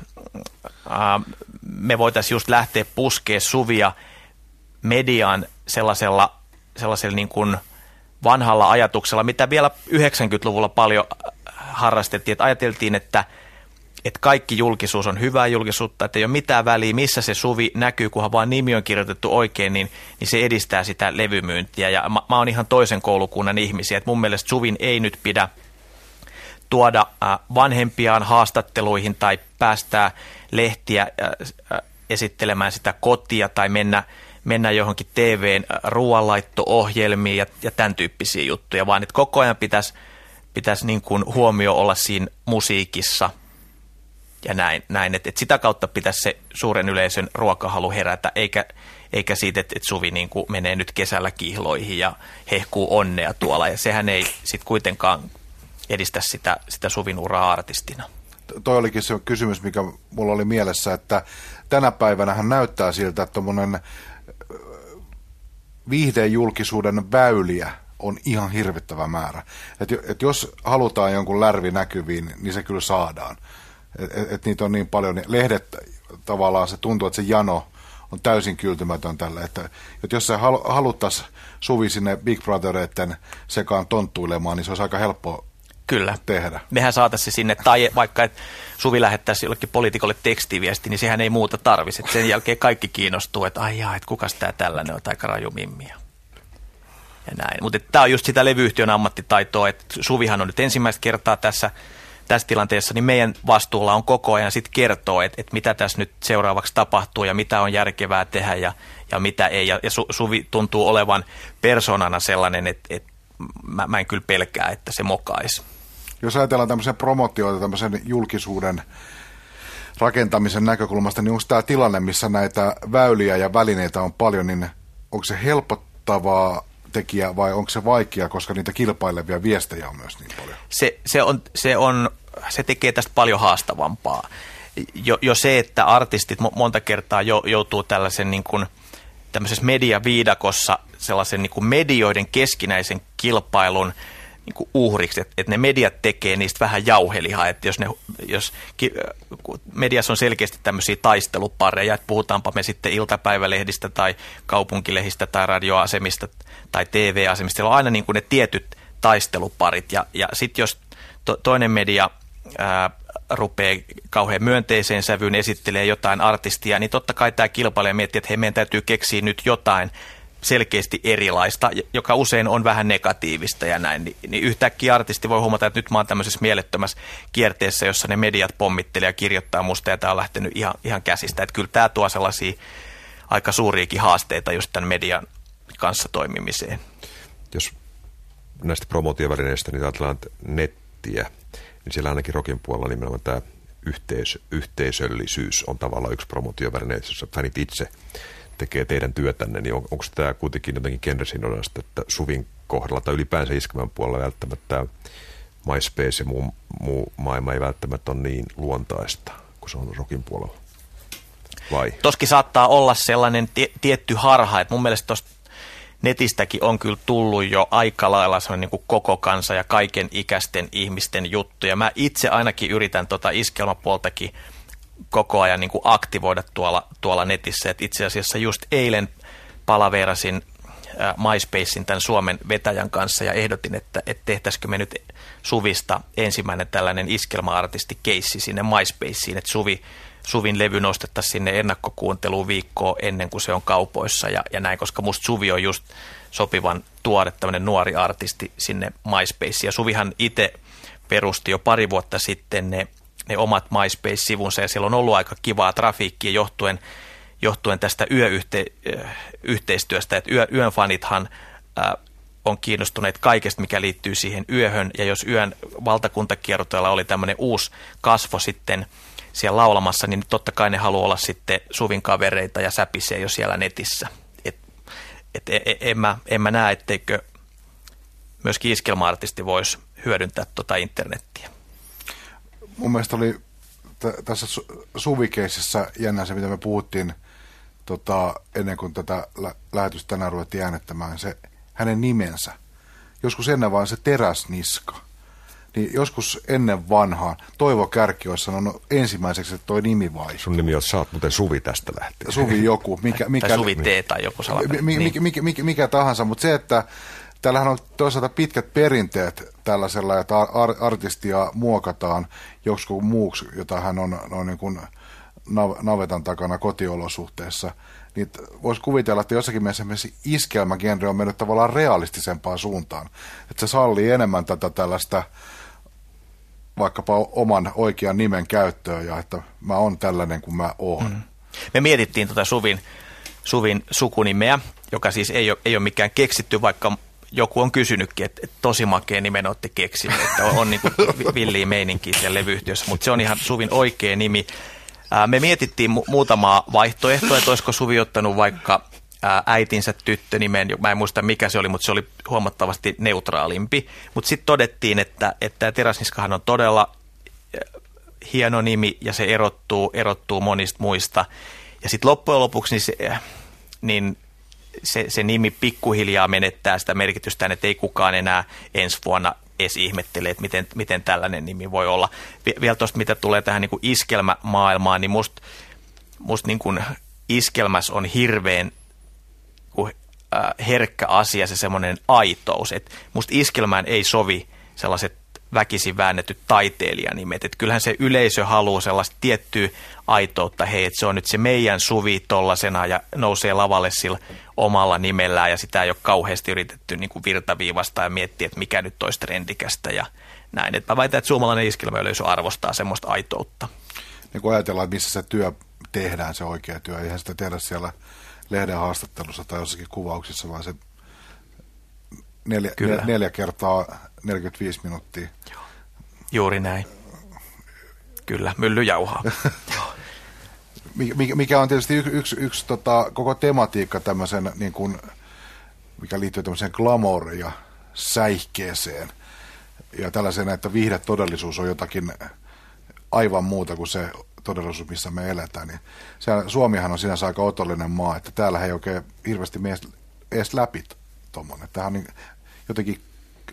me voitaisiin just lähteä puskea Suvia mediaan sellaisella niin kuin vanhalla ajatuksella, mitä vielä 90-luvulla paljon harrastettiin, että ajateltiin, että kaikki julkisuus on hyvää julkisuutta, että ei ole mitään väliä, missä se Suvi näkyy, kunhan vaan nimi on kirjoitettu oikein, niin se edistää sitä levymyyntiä. Ja mä oon ihan toisen koulukunnan ihmisiä, että mun mielestä Suvin ei nyt pidä tuoda vanhempiaan haastatteluihin tai päästää lehtiä esittelemään sitä kotia tai mennä johonkin TV:n ruoanlaitto-ohjelmiin ja tämän tyyppisiä juttuja, vaan että koko ajan pitäisi niin kuin huomio olla siinä musiikissa ja näin. Että sitä kautta pitäisi se suuren yleisön ruokahalu herätä, eikä siitä, että Suvi niin kuin menee nyt kesällä kihloihin ja hehkuu onnea tuolla, ja sehän ei sitten kuitenkaan edistä sitä Suvin uraa artistina. Toi olikin se kysymys, mikä mulla oli mielessä, että tänä päivänähän näyttää siltä, että tuommoinen viihdejulkisuuden väyliä on ihan hirvittävä määrä. Et jos halutaan jonkun lärvi näkyviin, niin se kyllä saadaan. Et niitä on niin paljon. Lehdet tavallaan se tuntuu, että se jano on täysin kyltymätön tällä. Että jos se haluttaisiin Suvi sinne Big Brothereiden sekaan tonttuilemaan, niin se olisi aika helppoa kyllä tehdä. Mehän saataisiin sinne, tai vaikka että Suvi lähettäisi jollekin poliitikolle tekstiviesti, niin sehän ei muuta tarvitsisi. Sen jälkeen kaikki kiinnostuu, että ai jaa, että kukas tämä tällainen on, aika raju mimmia. Ja näin. Mutta tämä on just sitä levyyhtiön ammattitaitoa, että Suvihan on nyt ensimmäistä kertaa tässä tilanteessa, niin meidän vastuulla on koko ajan sitten kertoa, että mitä tässä nyt seuraavaksi tapahtuu ja mitä on järkevää tehdä ja mitä ei. Ja Suvi tuntuu olevan persoonana sellainen, että mä en kyllä pelkää, että se mokaisi. Jos ajatellaan tämmöisen promotioita, tämmöisen julkisuuden rakentamisen näkökulmasta, niin onko tämä tilanne, missä näitä väyliä ja välineitä on paljon, niin onko se helpottavaa tekijä vai onko se vaikea, koska niitä kilpailevia viestejä on myös niin paljon? Se tekee tästä paljon haastavampaa. Jo se, että artistit monta kertaa joutuu tällaisen niin kuin tämmöisessä mediaviidakossa sellaisen niin kuin medioiden keskinäisen kilpailun niin kuin uhriksi, että ne mediat tekee niistä vähän jauhelihaa, että jos mediassa on selkeästi tämmöisiä taistelupareja, että puhutaanpa me sitten iltapäivälehdistä tai kaupunkilehdistä tai radioasemista tai TV-asemista, siellä on aina niin kuin ne tietyt taisteluparit ja sitten jos toinen media rupeaa kauhean myönteiseen sävyyn, esittelee jotain artistia, niin totta kai tämä kilpailija miettii, että hei, meidän täytyy keksiä nyt jotain selkeästi erilaista, joka usein on vähän negatiivista ja näin, niin yhtäkkiä artisti voi huomata, että nyt mä oon tämmöisessä mielettömässä kierteessä, jossa ne mediat pommittelee ja kirjoittaa musta, ja tämä on lähtenyt ihan käsistä. Että kyllä tämä tuo sellaisia aika suuriakin haasteita just tämän median kanssa toimimiseen. Jos näistä promotiovälineistä niin ajatellaan nettiä, niin siellä ainakin rockin puolella nimenomaan tämä yhteisöllisyys on tavallaan yksi promotioväline, jossa fanit itse tekee teidän työtänne, niin onko tämä kuitenkin jotenkin genresidonnaista, että Suvin kohdalla tai ylipäänsä Iskelmän puolella välttämättä MySpace ja muu maailma ei välttämättä ole niin luontaista kuin se on rockin puolella? Vai? Toskin saattaa olla sellainen tietty harha, että mun mielestä tuosta netistäkin on kyllä tullut jo aika lailla sellainen niin kuin koko kansa ja kaiken ikäisten ihmisten juttu. Ja mä itse ainakin yritän iskelmapuoltakin koko ajan niin kuin aktivoida tuolla netissä. Et itse asiassa just eilen palaverasin MySpacein tämän Suomen vetäjän kanssa ja ehdotin, että tehtäisikö me nyt Suvista ensimmäinen tällainen iskelma-artisti-keissi sinne MySpaceen, että Suvin levy nostettaisiin sinne ennakkokuunteluun viikkoa ennen kuin se on kaupoissa ja näin, koska musta Suvi on just sopivan tuore tämmöinen nuori artisti sinne MySpaceen. Ja Suvihan itse perusti jo pari vuotta sitten ne omat MySpace-sivunsa ja siellä on ollut aika kivaa trafiikkia johtuen tästä yöyhteistyöstä, että yön fanithan on kiinnostuneet kaikesta, mikä liittyy siihen yöhön, ja jos yön valtakuntakiertueella oli tämmöinen uusi kasvo sitten siellä laulamassa, niin totta kai ne haluaa olla sitten Suvin kavereita ja säpisee jo siellä netissä. En mä näe, etteikö myöskin iskelma-artisti voisi hyödyntää internettiä. Mun mielestä oli tässä Suvi-keisissä jännä se, mitä me puhuttiin ennen kuin tätä lähetystä tänään ruvettiin äänettämään, se hänen nimensä. Joskus ennen vaan se teräsniska. Niin joskus ennen vanhaan Toivo Kärki olisi sanonut ensimmäiseksi, että toi nimi vai. Sun nimi on, sä oot muuten Suvi tästä lähtien. Suvi joku. Tai Suvi T tai joku salainen. Mikä tahansa, mutta se, että täällähän on toisaalta pitkät perinteet tällaisella, että artistia muokataan joksikin muuksi, jota hän on niin kuin navetan takana kotiolosuhteessa. Niin voisi kuvitella, että jossakin mielessä iskelmägenre on mennyt tavallaan realistisempaan suuntaan. Että se sallii enemmän tätä tällaista vaikkapa oman oikean nimen käyttöä ja että mä oon tällainen kuin mä oon. Me mietittiin Suvin sukunimeä, joka siis ei ole mikään keksitty, vaikka joku on kysynytkin, että tosi makea nimen olette keksinyt, että on niin kuin villiä meininkiä siellä levyyhtiössä, mutta se on ihan Suvin oikea nimi. Me mietittiin muutamaa vaihtoehtoa, että olisiko Suvi ottanut vaikka äitinsä tyttönimen, mä en muista mikä se oli, mutta se oli huomattavasti neutraalimpi. Mutta sitten todettiin, että Teräsniskahan on todella hieno nimi ja se erottuu monista muista. Ja sitten loppujen lopuksi se nimi pikkuhiljaa menettää sitä merkitystään, että ei kukaan enää ensi vuonna edes ihmettele, että miten tällainen nimi voi olla. Vielä tuosta, mitä tulee tähän niin kuin iskelmämaailmaan, niin musta niin kuin iskelmässä on hirveän herkkä asia se semmoinen aitous. Et musta iskelmään ei sovi sellaiset väkisin väännetyt taiteilijanimet. Et kyllähän se yleisö haluaa sellaista tiettyä aitoutta, hei, että se on nyt se meidän Suvi tollasena ja nousee lavalle sillä omalla nimellään ja sitä ei ole kauheasti yritetty niin kuin virtaviivasta ja miettiä, että mikä nyt olisi trendikästä ja näin. Et mä väitän, että suomalainen iskelmäyleisö arvostaa semmoista aitoutta. Niin kun ajatellaan, että missä se työ tehdään, se oikea työ, eihän sitä tehdä siellä lehden haastattelussa tai jossakin kuvauksissa, vaan se 4 kertaa 45 minuuttia. Joo. Juuri näin. Kyllä, mylly jauhaa. Mikä on tietysti yksi koko tematiikka tämmöisen, niin kuin, mikä liittyy tämmöiseen glamour- ja säihkeeseen. Ja tällaiseen, että viihdetodellisuus on jotakin aivan muuta kuin se todellisuus, missä me eletään. Niin Suomihan on sinänsä aika otollinen maa, että täällä ei oikein hirveästi mene edes läpi tuommoinen. Tämä on niin, jotenkin,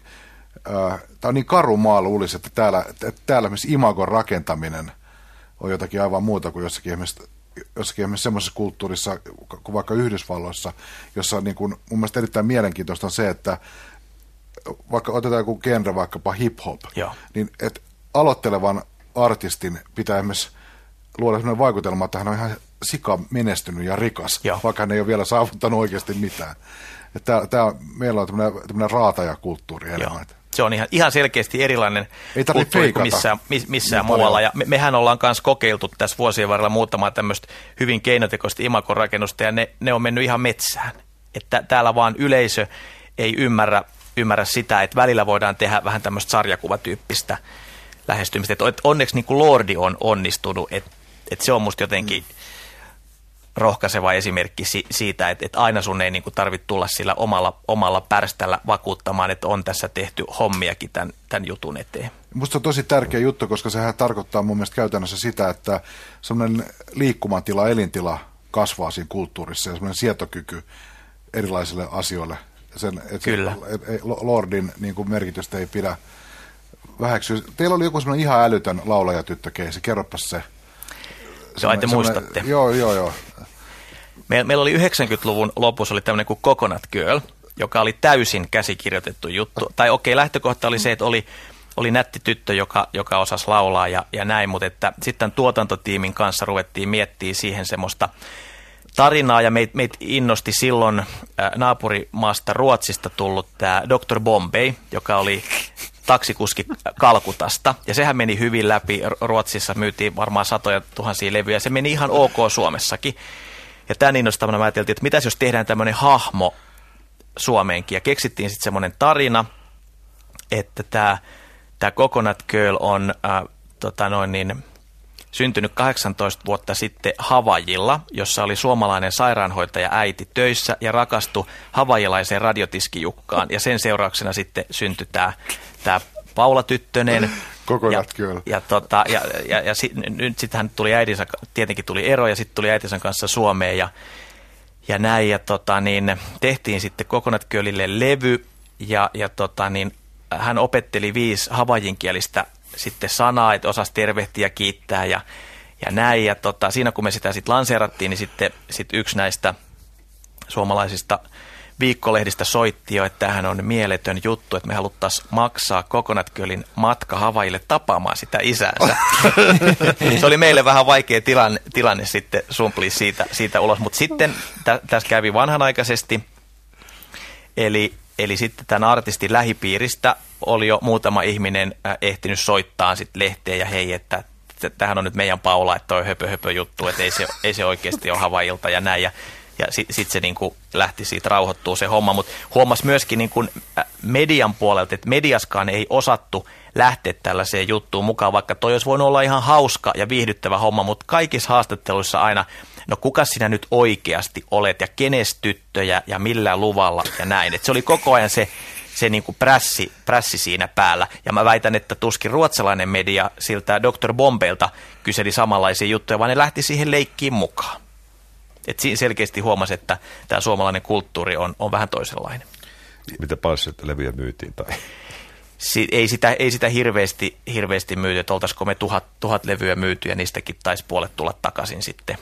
tämä on niin karu maa, luulisi, että täällä myös imagon rakentaminen on jotakin aivan muuta kuin jossakin semmoisessa kulttuurissa kuin vaikka Yhdysvalloissa, jossa niin kuin, mun mielestä erittäin mielenkiintoista on se, että vaikka otetaan joku genre, vaikkapa hip-hop, niin että aloittelevan artistin pitää myös luoda sellainen vaikutelma, että hän on ihan sika menestynyt ja rikas, vaikka hän ei ole vielä saavuttanut oikeasti mitään. Meillä on tämmöinen raatajakulttuuri enemmän. Se on ihan selkeästi erilainen kulttuuri kuin missään muualla. Ja mehän ollaan myös kokeiltu tässä vuosien varrella muutamaa tämmöistä hyvin keinotekoista imagorakennusta, ja ne on mennyt ihan metsään. Että täällä vaan yleisö ei ymmärrä sitä, että välillä voidaan tehdä vähän tämmöistä sarjakuvatyyppistä lähestymistä. Että onneksi niin kuin Lordi on onnistunut, että se on musta jotenkin rohkaiseva esimerkki siitä, että aina sun ei niin kuin tarvitse tulla sillä omalla pärställä vakuuttamaan, että on tässä tehty hommiakin tämän jutun eteen. Musta on tosi tärkeä juttu, koska sehän tarkoittaa mun mielestä käytännössä sitä, että semmoinen liikkumatila, elintila kasvaa siinä kulttuurissa ja semmoinen sietokyky erilaisille asioille. Kyllä. Lordin niin kuin merkitystä ei pidä väheksyä. Teillä oli joku semmoinen ihan älytön laulajatyttökeisi, kerropas se. Joo, te muistatte. Joo. Meillä oli 90-luvun lopussa oli tämmöinen kuin Coconut Girl, joka oli täysin käsikirjoitettu juttu. Tai lähtökohta oli se, että oli nätti tyttö, joka osasi laulaa ja näin, mutta että sitten tuotantotiimin kanssa ruvettiin miettimään siihen semmoista tarinaa, ja meitä innosti silloin naapurimaasta Ruotsista tullut tämä Dr. Bombay, joka oli taksikuski Kalkutasta, ja sehän meni hyvin läpi. Ruotsissa myytiin varmaan 100,000 levyjä, se meni ihan ok Suomessakin. Ja tämän innostavana mä ajateltiin, että mitäs jos tehdään tämmöinen hahmo Suomeenkin, ja keksittiin sitten semmoinen tarina, että tämä Coconut Girl on syntynyt 18 vuotta sitten Havajilla, jossa oli suomalainen sairaanhoitaja äiti töissä ja rakastui havajilaiseen radiotiskijukkaan, ja sen seurauksena sitten syntyi tämä Paula Tyttönen. Coconut Girl. Ja nyt sitten hän tuli tietenkin tuli ero, ja sitten tuli äitinsä kanssa Suomeen ja näin, ja tehtiin sitten Coconut Girlille levy, ja hän opetteli 5 havajinkielistä sitten sanaa, että osasi tervehtiä ja kiittää ja näin, ja siinä kun me sitä sitten lanseerattiin, niin sitten yksi näistä suomalaisista viikkolehdistä soitti jo, että tämähän on mieletön juttu, että me haluttaisiin maksaa Coconut Girlin matka Havaille tapaamaan sitä isäänsä. Se oli meille vähän vaikea tilanne sitten sumplia siitä ulos, mutta sitten tässä kävi vanhanaikaisesti, eli sitten tämän artistin lähipiiristä oli jo muutama ihminen ehtinyt soittaa sitten lehteen ja hei, että tämähän on nyt meidän Paula, että toi höpö juttu, että ei se oikeasti ole Havailta ja näin. Ja sitten se niin kuin lähti siitä rauhoittuu se homma, mutta huomasi myöskin niin kuin median puolelta, että mediaskaan ei osattu lähteä tällaiseen juttuun mukaan, vaikka toi olisi voinut olla ihan hauska ja viihdyttävä homma, mutta kaikissa haastatteluissa aina, no kuka sinä nyt oikeasti olet ja kenes tyttöjä ja millä luvalla ja näin. Et se oli koko ajan se niin kuin prässi siinä päällä. Ja mä väitän, että tuskin ruotsalainen media siltä Dr. Bombeilta kyseli samanlaisia juttuja, vaan ne lähti siihen leikkiin mukaan. Et siinä selkeästi huomasi, että tämä suomalainen kulttuuri on vähän toisenlainen. Mitä paljon levyjä myytiin? Tai? Ei sitä hirveästi myyty, että oltaisiko me tuhat levyä myyty ja niistäkin taisi puolet tulla takaisin sitten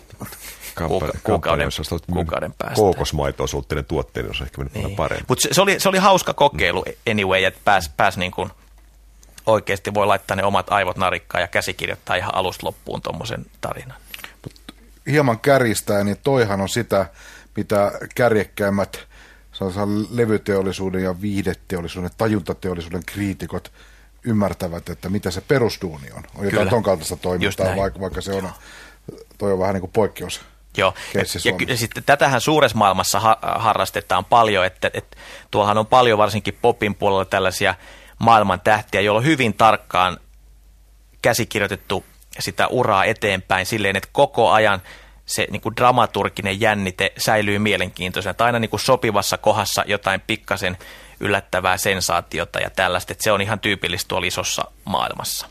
kuukauden päästä. Kookosmaito-osuutteinen tuotteiden olisi ehkä mennyt niin paremmin. Mutta se oli hauska kokeilu anyway, että pääsi niin kuin oikeasti voi laittaa ne omat aivot narikkaan ja käsikirjoittaa ihan alusta loppuun tuommoisen tarinan. Hieman kärjistää, niin toihan on sitä, mitä kärjekkäimmät levyteollisuuden ja viihdeteollisuuden, tajuntateollisuuden kriitikot ymmärtävät, että mitä se perusduuni on. On jotain ton kaltaista toimintaa, vaikka se on, toi on vähän niin kuin poikkeus. Joo, ja sitten tätähän suuressa maailmassa harrastetaan paljon, että tuollahan on paljon varsinkin popin puolella tällaisia maailman tähtiä, joilla on hyvin tarkkaan käsikirjoitettu sitä uraa eteenpäin silleen, että koko ajan se niin kuin dramaturginen jännite säilyy mielenkiintoisena, että aina niin kuin sopivassa kohdassa jotain pikkasen yllättävää sensaatiota ja tällaista, että se on ihan tyypillistä tuolla isossa maailmassa.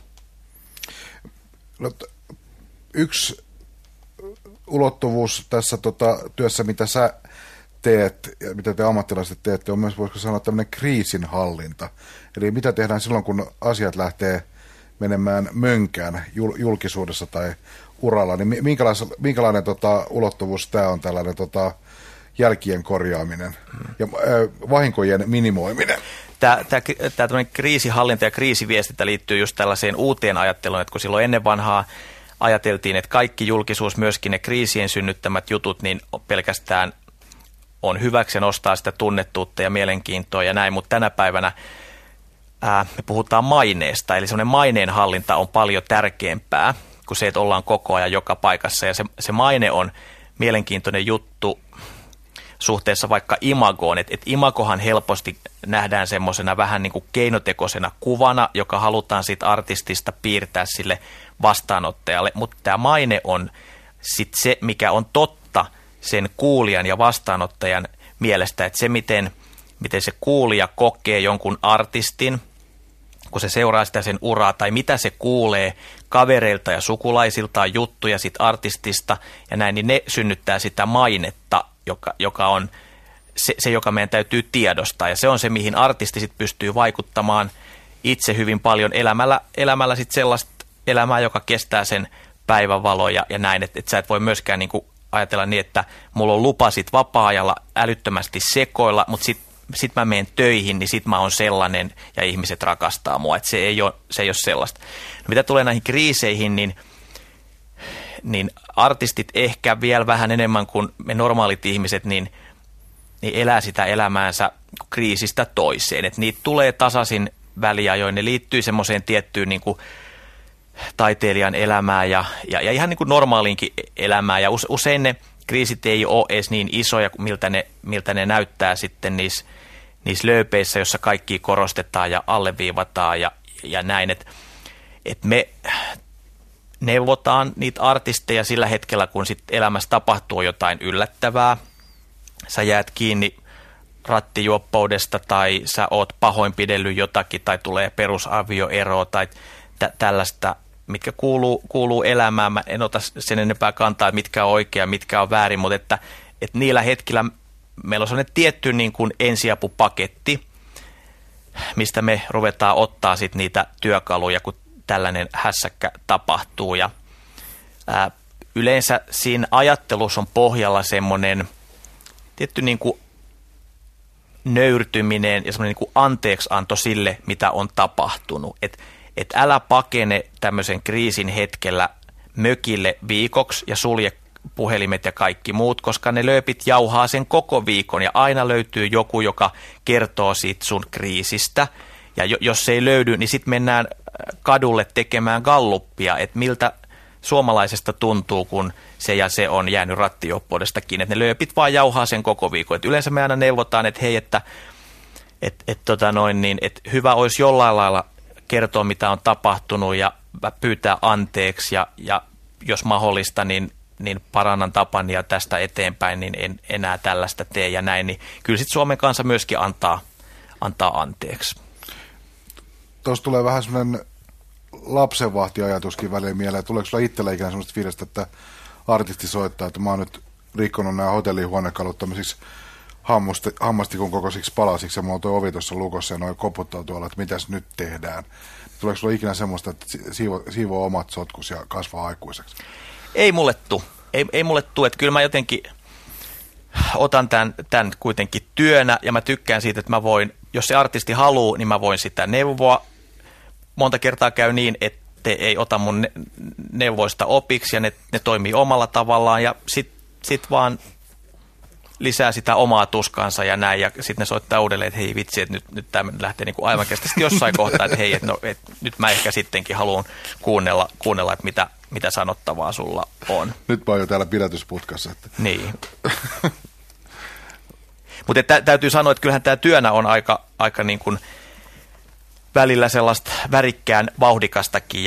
No, yksi ulottuvuus tässä työssä, mitä sä teet ja mitä te ammattilaiset teette, on myös, voisiko sanoa, tämmöinen kriisinhallinta. Eli mitä tehdään silloin, kun asiat lähtee menemään mönkään julkisuudessa tai uralla, niin minkälainen ulottuvuus tämä on, tällainen jälkien korjaaminen ja vahinkojen minimoiminen? Tämä kriisihallinta ja kriisiviestintä liittyy just tällaiseen uuteen ajatteluun, että kun silloin ennen vanhaa ajateltiin, että kaikki julkisuus, myöskin ne kriisien synnyttämät jutut, niin pelkästään on hyväksi ja nostaa sitä tunnettuutta ja mielenkiintoa ja näin, mutta tänä päivänä me puhutaan maineesta, eli semmoinen maineenhallinta on paljon tärkeämpää kuin se, että ollaan koko ajan joka paikassa. Ja se maine on mielenkiintoinen juttu suhteessa vaikka imagoon. Et imagohan helposti nähdään semmoisena vähän niin kuin keinotekoisena kuvana, joka halutaan siitä artistista piirtää sille vastaanottajalle. Mutta tämä maine on sitten se, mikä on totta sen kuulijan ja vastaanottajan mielestä. Että se, miten se kuulija kokee jonkun artistin, kun se seuraa sitä sen uraa, tai mitä se kuulee kavereilta ja sukulaisiltaan juttuja sit artistista ja näin, niin ne synnyttää sitä mainetta, joka on se, joka meidän täytyy tiedostaa. Ja se on se, mihin artisti sit pystyy vaikuttamaan itse hyvin paljon elämällä sit sellaista elämää, joka kestää sen päivänvalo ja näin, että sä et voi myöskään niinku ajatella niin, että mulla on lupa sit vapaa-ajalla älyttömästi sekoilla, mutta sitten mä menen töihin, niin sit mä oon sellainen ja ihmiset rakastaa mua, että se ei ole sellaista. No, mitä tulee näihin kriiseihin, niin artistit ehkä vielä vähän enemmän kuin me normaalit ihmiset, niin elää sitä elämäänsä kriisistä toiseen. Että niitä tulee tasaisin väliajoin, ne liittyy semmoiseen tiettyyn niin kuin taiteilijan elämään ja ihan niin kuin normaaliinkin elämään. Ja usein ne kriisit ei ole edes niin isoja, miltä ne näyttää sitten niissä lööpeissä, jossa kaikki korostetaan ja alleviivataan ja näin. Et me neuvotaan niitä artisteja sillä hetkellä, kun sit elämässä tapahtuu jotain yllättävää. Sä jäät kiinni rattijuoppoudesta tai sä oot pahoinpidellyt jotakin tai tulee perusavioero tai tällaista, mitkä kuuluu elämään. Mä en ota sen enempää kantaa, että mitkä on oikea, mitkä on väärin, mutta että niillä hetkillä meillä on sellainen tietty niin kuin ensiapupaketti, mistä me ruvetaan ottaa sit niitä työkaluja, kun tällainen hässäkkä tapahtuu. Ja yleensä siinä ajattelussa on pohjalla semmoinen tietty niin kuin nöyrtyminen ja semmoinen niin kuin anteeksianto sille, mitä on tapahtunut. Et älä pakene tämmöisen kriisin hetkellä mökille viikoksi ja sulje puhelimet ja kaikki muut, koska ne lööpit jauhaa sen koko viikon ja aina löytyy joku, joka kertoo siitä sun kriisistä. Ja jos se ei löydy, niin sitten mennään kadulle tekemään galluppia, että miltä suomalaisesta tuntuu, kun se ja se on jäänyt rattijuoppoudestakin, että ne lööpit vaan jauhaa sen koko viikon. Et yleensä me aina neuvotaan, että hei, että hyvä olisi jollain lailla kertoa, mitä on tapahtunut ja pyytää anteeksi ja jos mahdollista, niin parannan tapani ja tästä eteenpäin, niin en enää tällaista tee ja näin. Niin kyllä sitten Suomen kanssa myöskin antaa anteeksi. Tuossa tulee vähän semmoinen lapsenvahtiajatuskin väliin mieleen. Tuleeko sulla itsellä ikinä semmoista fiilistä, että artisti soittaa, että mä oon nyt rikkonut nämä hotellihuonekalut tämmöisiksi hammastikon kokoisiksi palasiksi ja mulla on tuo ovi tuossa lukossa ja noin koputtaa tuolla, että mitäs nyt tehdään. Tuleeko sulla ikinä semmoista, että siivoo omat sotkus ja kasvaa aikuiseksi? Ei mulle tule, että kyllä mä jotenkin otan tämän kuitenkin työnä ja mä tykkään siitä, että mä voin, jos se artisti haluaa, niin mä voin sitä neuvoa. Monta kertaa käy niin, että ei ota mun neuvoista opiksi ja ne toimii omalla tavallaan ja sit vaan lisää sitä omaa tuskaansa ja näin, ja sitten ne soittaa uudelleen, että hei vitsi, että nyt tämä lähtee niin kuin aivan kestästi jossain kohtaa, että hei, että nyt mä ehkä sittenkin haluan kuunnella että mitä sanottavaa sulla on. Nyt mä oon jo täällä pidätysputkassa. Että. Niin. Mutta täytyy sanoa, että kyllähän tämä työnä on aika niin kuin välillä sellaista värikkään vauhdikastakin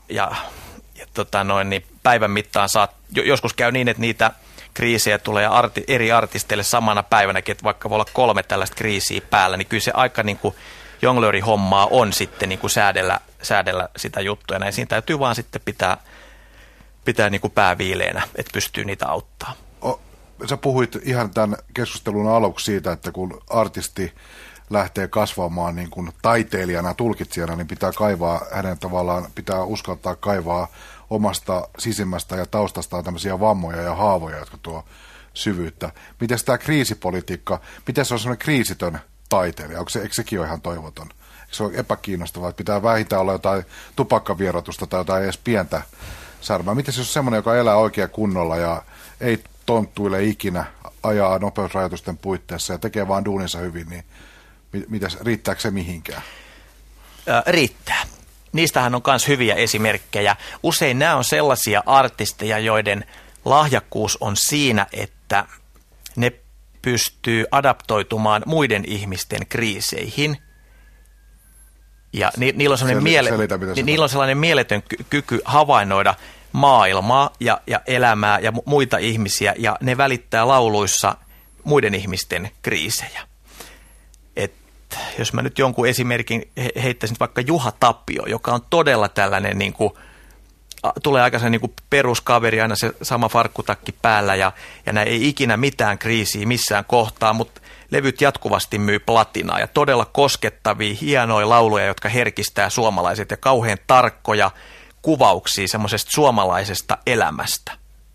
niin päivän mittaan joskus käy niin, että niitä kriisejä tulee eri artisteille samana päivänäkin, että vaikka voi olla 3 tällaista kriisiä päällä, niin kyllä se aika niin kuin jonglöörihommaa on sitten niin kuin säädellä sitä juttua. Ja näin siinä täytyy vaan sitten pitää niin kuin pää viileänä, että pystyy niitä auttaa. Sä puhuit ihan tämän keskustelun aluksi siitä, että kun artisti lähtee kasvamaan niin kuin taiteilijana, tulkitsijana, niin pitää kaivaa hänen tavallaan, pitää uskaltaa kaivaa omasta sisimmästä ja taustastaan tämmöisiä vammoja ja haavoja, jotka tuo syvyyttä. Miten tämä kriisipolitiikka, miten se on semmoinen kriisitön taiteilija? Eikö sekin ole ihan toivoton? Eikö se ole epäkiinnostavaa, että pitää vähintään olla jotain tupakkavierotusta tai jotain edes pientä särmää? Miten se on semmoinen, joka elää oikein kunnolla ja ei tonttuile ikinä, ajaa nopeusrajoitusten puitteissa ja tekee vaan duuninsa hyvin, niin riittääkö se mihinkään? Riittää. Niistähän on myös hyviä esimerkkejä. Usein nämä on sellaisia artisteja, joiden lahjakkuus on siinä, että ne pystyy adaptoitumaan muiden ihmisten kriiseihin. Ja niillä on sellainen mieletön kyky havainnoida maailmaa ja elämää ja muita ihmisiä, ja ne välittää lauluissa muiden ihmisten kriisejä. Jos mä nyt jonkun esimerkin heittäisin vaikka Juha Tapio, joka on todella tällainen, niin kuin, tulee aika niin kuin peruskaveri, aina se sama farkkutakki päällä ja näin ei ikinä mitään kriisiä missään kohtaa, mutta levyt jatkuvasti myy platinaa ja todella koskettavia, hienoja lauluja, jotka herkistää suomalaiset ja kauhean tarkkoja kuvauksia semmoisesta suomalaisesta elämästä.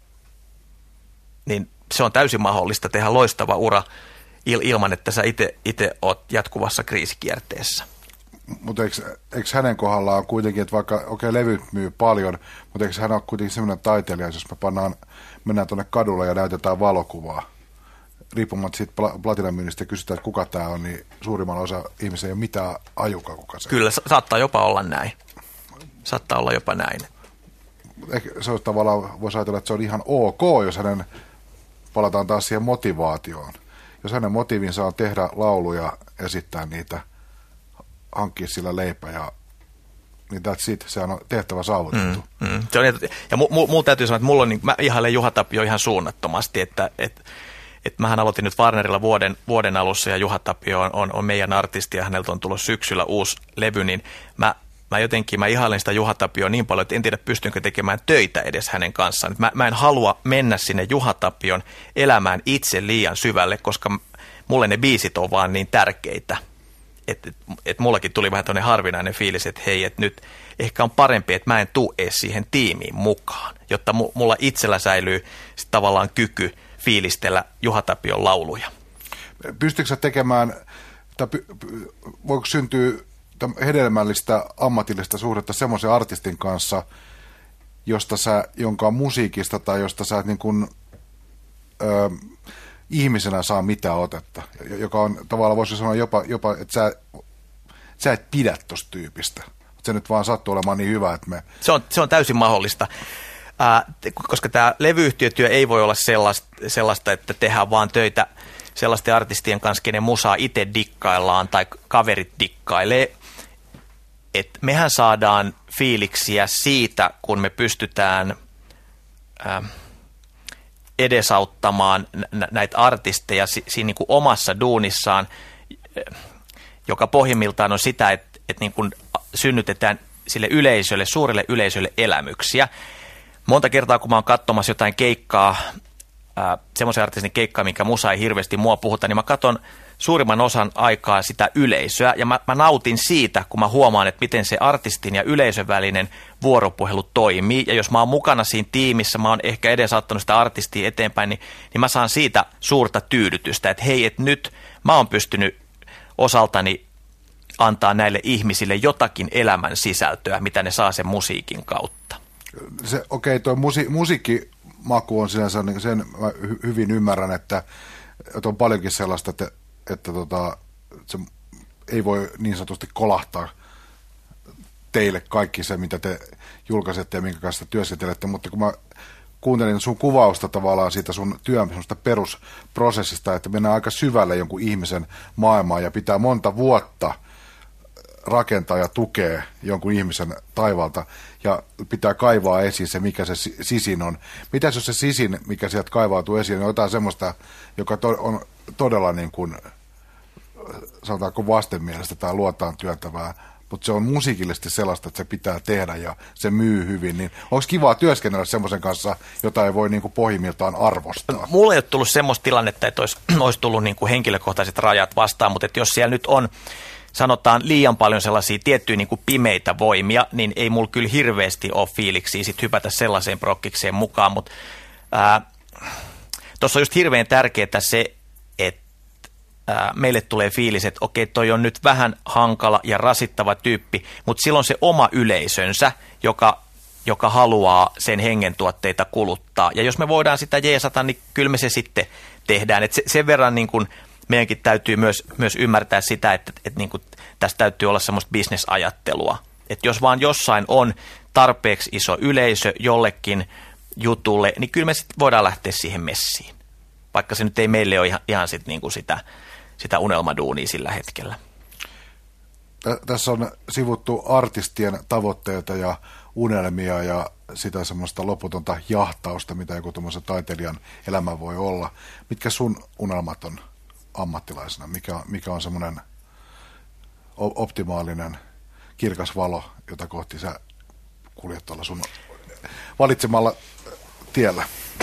Niin se on täysin mahdollista tehdä loistava ura ilman, että sä itse oot jatkuvassa kriisikierteessä. Mutta eikö hänen kohdallaan kuitenkin, että vaikka levyt myy paljon, mutta eikö hän ole kuitenkin sellainen taiteilija, jos me mennään tuonne kadulle ja näytetään valokuvaa, riippumatta siitä platinamyynnistä ja kysytään, että kuka tämä on, niin suurimmalla osa ihmisiä ei ole mitään ajuka, kuka se. Kyllä, saattaa jopa olla näin. Saattaa olla jopa näin. Se on tavallaan, voisi ajatella, että se on ihan ok, jos palataan taas siihen motivaatioon. Jos hänen motiivinsa on tehdä lauluja, esittää niitä, hankkia sillä leipä niin that's it, se on tehtävä saavutettu. Ja mulla täytyy sanoa, että mulla on, mä ihailen Juha Tapio ihan suunnattomasti, että mähän aloitin nyt Warnerilla vuoden alussa ja Juha Tapio on meidän artisti ja häneltä on tullut syksyllä uusi levy, niin mä ihailen sitä Juha Tapioa niin paljon, että en tiedä pystynkö tekemään töitä edes hänen kanssaan. Mä en halua mennä sinne Juha Tapion elämään itse liian syvälle, koska mulle ne biisit on vaan niin tärkeitä. Että mullakin tuli vähän tuonne harvinainen fiilis, että hei, että nyt ehkä on parempi, että mä en tule edes siihen tiimiin mukaan, jotta mulla itsellä säilyy tavallaan kyky fiilistellä Juha Tapion lauluja. pystyykö sä tekemään, tai voiko syntyä hedelmällistä ammatillista suhdetta semmoisen artistin kanssa, jonka musiikista tai josta sä et niin kuin, ihmisenä saa mitään otetta, joka on tavallaan, voisi sanoa jopa että sä et pidä tosta tyypistä. Se nyt vaan sattuu olemaan niin hyvä, että Se on täysin mahdollista, koska tämä levyyhtiötyö ei voi olla sellaista, että tehdään vaan töitä sellaisten artistien kanssa, kenen musaa itse dikkaillaan tai kaverit dikkailee. Et mehän saadaan fiiliksiä siitä, kun me pystytään edesauttamaan näitä artisteja siinä niin kuin omassa duunissaan, joka pohjimmiltaan on sitä, että niin kuin synnytetään sille yleisölle, suurelle yleisölle elämyksiä. Monta kertaa, kun mä oon katsomassa jotain keikkaa, semmoisen artistin keikkaa, minkä musa ei hirveästi mua puhuta, niin mä katson suurimman osan aikaa sitä yleisöä, ja mä nautin siitä, kun mä huomaan, että miten se artistin ja yleisön välinen vuoropuhelu toimii, ja jos mä oon mukana siinä tiimissä, mä oon ehkä edesauttanut sitä artistia eteenpäin, niin mä saan siitä suurta tyydytystä, että hei, että nyt mä oon pystynyt osaltani antaa näille ihmisille jotakin elämän sisältöä, mitä ne saa sen musiikin kautta. Tuo musiikkimaku on sinänsä, niin sen mä hyvin ymmärrän, että on paljonkin sellaista, että se ei voi niin sanotusti kolahtaa teille kaikki se, mitä te julkaisette ja minkä kanssa työskentelette, mutta kun mä kuuntelin sun kuvausta tavallaan siitä sun työn perusprosessista, että mennään aika syvälle jonkun ihmisen maailmaan ja pitää monta vuotta rakentaa ja tukea jonkun ihmisen taivalta ja pitää kaivaa esiin se, mikä se sisin on. Mitäs jos se sisin, mikä sieltä kaivautuu esiin, on jotain semmoista, joka on todella niin kuin, sanotaanko vastenmielestä tai luotaan työntävää, mutta se on musiikillisesti sellaista, että se pitää tehdä ja se myy hyvin, niin onko kivaa työskennellä semmoisen kanssa, jota ei voi niin kuin pohjimmiltaan arvostaa? Mulla ei ole tullut semmoista tilannetta, että olisi tullut niin kuin henkilökohtaiset rajat vastaan, mutta että jos siellä nyt on, sanotaan liian paljon sellaisia tiettyjä niin kuin pimeitä voimia, niin ei mulla kyllä hirveästi ole fiiliksiä sit hypätä sellaiseen prokkikseen mukaan, mutta tuossa on just hirveän tärkeää se, että meille tulee fiilis, että okei, toi on nyt vähän hankala ja rasittava tyyppi, mutta silloin se oma yleisönsä, joka haluaa sen hengentuotteita kuluttaa. Ja jos me voidaan sitä jeesata, niin kyllä me se sitten tehdään. Et sen verran niin kun meidänkin täytyy myös ymmärtää sitä, että niin kun tässä täytyy olla semmoista bisnesajattelua. Että jos vaan jossain on tarpeeksi iso yleisö jollekin jutulle, niin kyllä me sitten voidaan lähteä siihen messiin. Vaikka se nyt ei meille ole ihan sit niin kuin sitä unelmaduunia sillä hetkellä. Tässä on sivuttu artistien tavoitteita ja unelmia ja sitä semmoista loputonta jahtausta, mitä joku tuommoisen taiteilijan elämä voi olla. Mitkä sun unelmat on ammattilaisena? Mikä on semmoinen optimaalinen kirkas valo, jota kohti sä kuljet tuolla sun valitsemalla tiellä?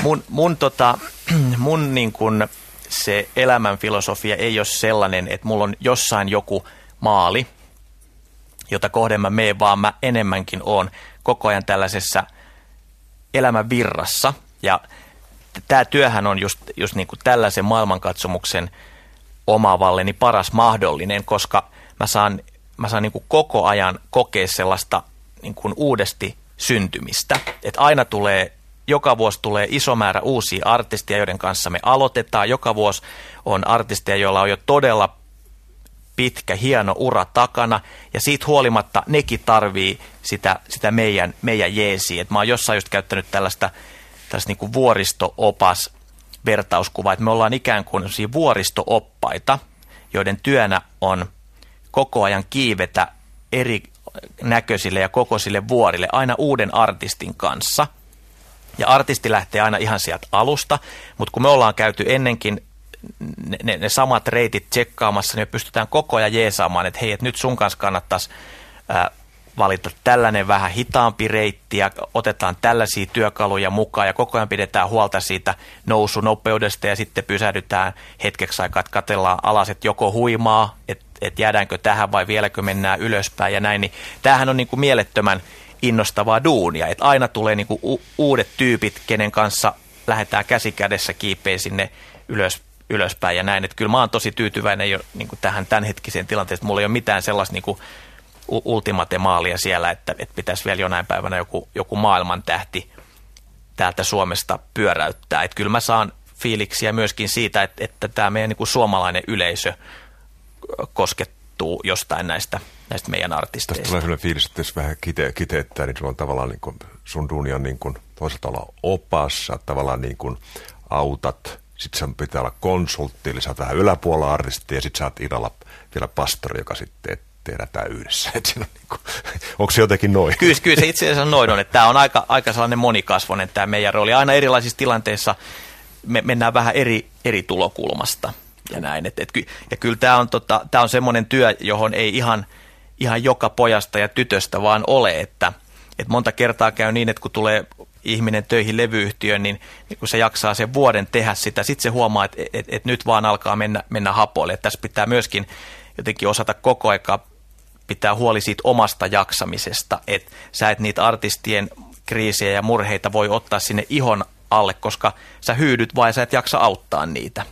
Mun niin kuin se elämänfilosofia ei ole sellainen, että mulla on jossain joku maali, jota kohden mä menen, vaan mä enemmänkin oon koko ajan tällaisessa elämän virrassa. Ja tämä työhän on just niin kuin tällaisen maailmankatsomuksen omaavalleni paras mahdollinen, koska mä saan niin kuin koko ajan kokea sellaista niin kuin uudesti syntymistä. Että aina joka vuosi tulee iso määrä uusia artisteja, joiden kanssa me aloitetaan. Joka vuosi on artisteja, joilla on jo todella pitkä, hieno ura takana. Ja siitä huolimatta nekin tarvii sitä meidän jeesiä. Et mä oon jossain just käyttänyt tällaista niin kuin vuoristo-opas vertauskuvaa, että me ollaan ikään kuin vuoristo-oppaita, joiden työnä on koko ajan kiivetä eri näköisille ja kokoisille vuorille aina uuden artistin kanssa. Ja artisti lähtee aina ihan sieltä alusta, mutta kun me ollaan käyty ennenkin ne samat reitit tsekkaamassa, niin me pystytään koko ajan jeesaamaan, että hei, että nyt sun kanssa kannattaisi valita tällainen vähän hitaampi reitti ja otetaan tällaisia työkaluja mukaan ja koko ajan pidetään huolta siitä nousunopeudesta ja sitten pysähdytään hetkeksi aikaa, että katsellaan alas, että joko huimaa, että jäädäänkö tähän vai vieläkö mennään ylöspäin ja näin, niin tämähän on niin kuin mielettömän innostavaa duunia, että aina tulee niinku uudet tyypit, kenen kanssa lähdetään käsi kädessä kiipeä sinne ylöspäin ja näin. Että kyllä mä oon tosi tyytyväinen jo niin kuin tähän tämänhetkiseen tilanteeseen, että mulla ei ole mitään sellaista niin kuin ultimatemaalia siellä, että pitäisi vielä jonain päivänä joku maailmantähti täältä Suomesta pyöräyttää. Että kyllä mä saan fiiliksiä myöskin siitä, että tämä meidän niin kuin suomalainen yleisö koskettuu jostain näistä meidän artisteista. Tästä tulee sellainen fiilis, että jos vähän kiteyttää, niin sulla on tavallaan niin kuin, sun duuni on niin kuin, toisaalta olla opas, sä tavallaan niin kuin autat, sitten sen pitää olla konsultti, eli sä oot vähän yläpuolella artisti, ja sitten sä oot idalla vielä pastori, joka sitten tehdään tämä yhdessä. On niin kuin, onko se jotenkin noin? Kyllä se itse asiassa noin on, että tämä on aika sellainen monikasvoinen tämä meidän rooli. Aina erilaisissa tilanteissa me mennään vähän eri tulokulmasta ja näin. Ja kyllä tämä on semmoinen työ, johon ei ihan joka pojasta ja tytöstä vaan ole, että monta kertaa käy niin, että kun tulee ihminen töihin levyyhtiöön, niin kun se jaksaa sen vuoden tehdä sitä, sitten se huomaa, että nyt vaan alkaa mennä hapoille. Että tässä pitää myöskin jotenkin osata koko aika pitää huoli siitä omasta jaksamisesta, että sä et niitä artistien kriisejä ja murheita voi ottaa sinne ihon alle, koska sä hyydyt vai sä et jaksa auttaa niitä.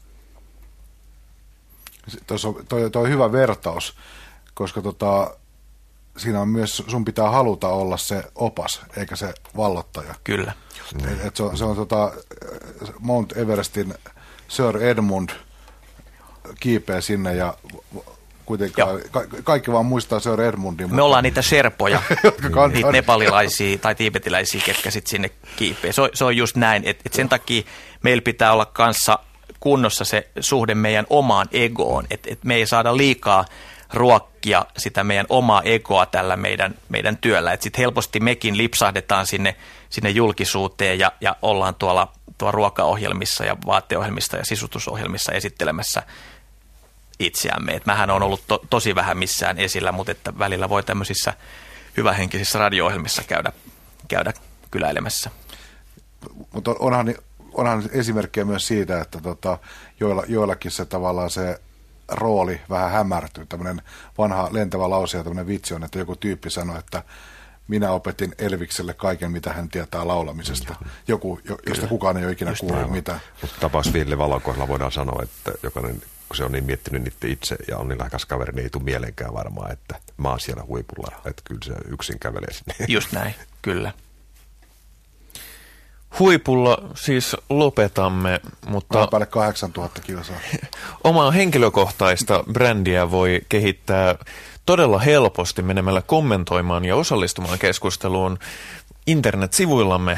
Toi on hyvä vertaus, koska siinä on myös, sun pitää haluta olla se opas, eikä se vallottaja. Kyllä. Se on Mount Everestin Sir Edmund kiipeä sinne ja kuitenkaan kaikki vaan muistaa Sir Edmundin. Me ollaan niitä sherpoja, niitä nepalilaisia tai tiibetiläisiä, ketkä sitten sinne kiipeä. Se on just näin, että sen takia meillä pitää olla kanssa kunnossa se suhde meidän omaan egoon, että me ei saada liikaa ruokkia sitä meidän omaa egoa tällä meidän työllä. Että sitten helposti mekin lipsahdetaan sinne julkisuuteen ja ollaan tuolla ruokaohjelmissa ja vaateohjelmissa ja sisustusohjelmissa esittelemässä itseämme. Et mähän on ollut tosi vähän missään esillä, mutta että välillä voi tämmöisissä hyvähenkisissä radio-ohjelmissa käydä kyläilemässä. Mutta onhan esimerkkejä myös siitä, että joillakin se tavallaan se rooli vähän hämärtyy. Tämmöinen vanha lentävä lause ja tämmöinen vitsi on, että joku tyyppi sanoi, että minä opetin Elvikselle kaiken, mitä hän tietää laulamisesta. Joku, josta kukaan ei ole ikinä kuullut mitään. Mutta tapaus Ville Valokohdalla voidaan sanoa, että jokainen, kun se on niin miettinyt niitä itse ja on niin lähkäs kaveri, niin ei tule mielenkään varmaan, että mä oon siellä huipulla. Että kyllä se yksin kävelee sinne. Just näin, kyllä. Huipulla siis lopetamme, mutta päälle 8000 kilsaa. Omaa henkilökohtaista brändiä voi kehittää todella helposti menemällä kommentoimaan ja osallistumaan keskusteluun internetsivuillamme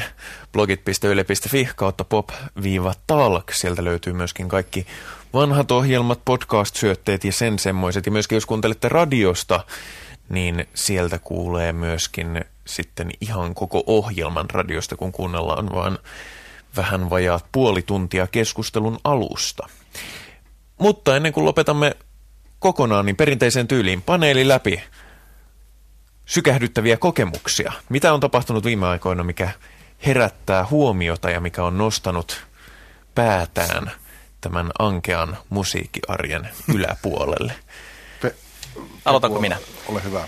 blogit.yle.fi/pop-talk. Sieltä löytyy myöskin kaikki vanhat ohjelmat, podcast-syötteet ja sen semmoiset. Ja myöskin jos kuuntelette radiosta, niin sieltä kuulee myöskin sitten ihan koko ohjelman radiosta, kun kuunnellaan vaan vähän vajaat puoli tuntia keskustelun alusta. Mutta ennen kuin lopetamme kokonaan, niin perinteiseen tyyliin paneeli läpi sykähdyttäviä kokemuksia. Mitä on tapahtunut viime aikoina, mikä herättää huomiota ja mikä on nostanut päätään tämän ankean musiikkiarjen yläpuolelle? Aloitanko minä? Ole hyvä.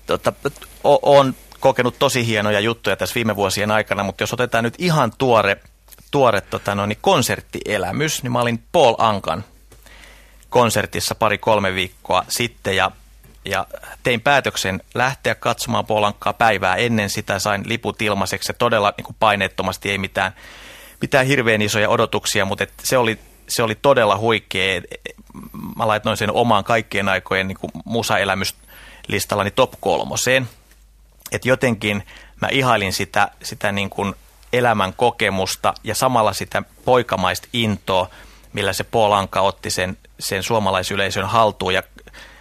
Olen kokenut tosi hienoja juttuja tässä viime vuosien aikana, mutta jos otetaan nyt ihan tuore konserttielämys, niin mä olin Paul Ankan konsertissa 2-3 viikkoa sitten ja tein päätöksen lähteä katsomaan Paul Ankkaa päivää ennen sitä, sain liput ilmaiseksi, todella niin kuin paineettomasti, ei mitään hirveän isoja odotuksia, mutta se oli todella huikea. Mä laitoin sen omaan kaikkien aikojen niin kuin musaelämyslistallani top 3. Että jotenkin mä ihailin sitä niin kuin elämän kokemusta ja samalla sitä poikamaista intoa, millä se Paul Anka otti sen suomalaisyleisön haltuun. Ja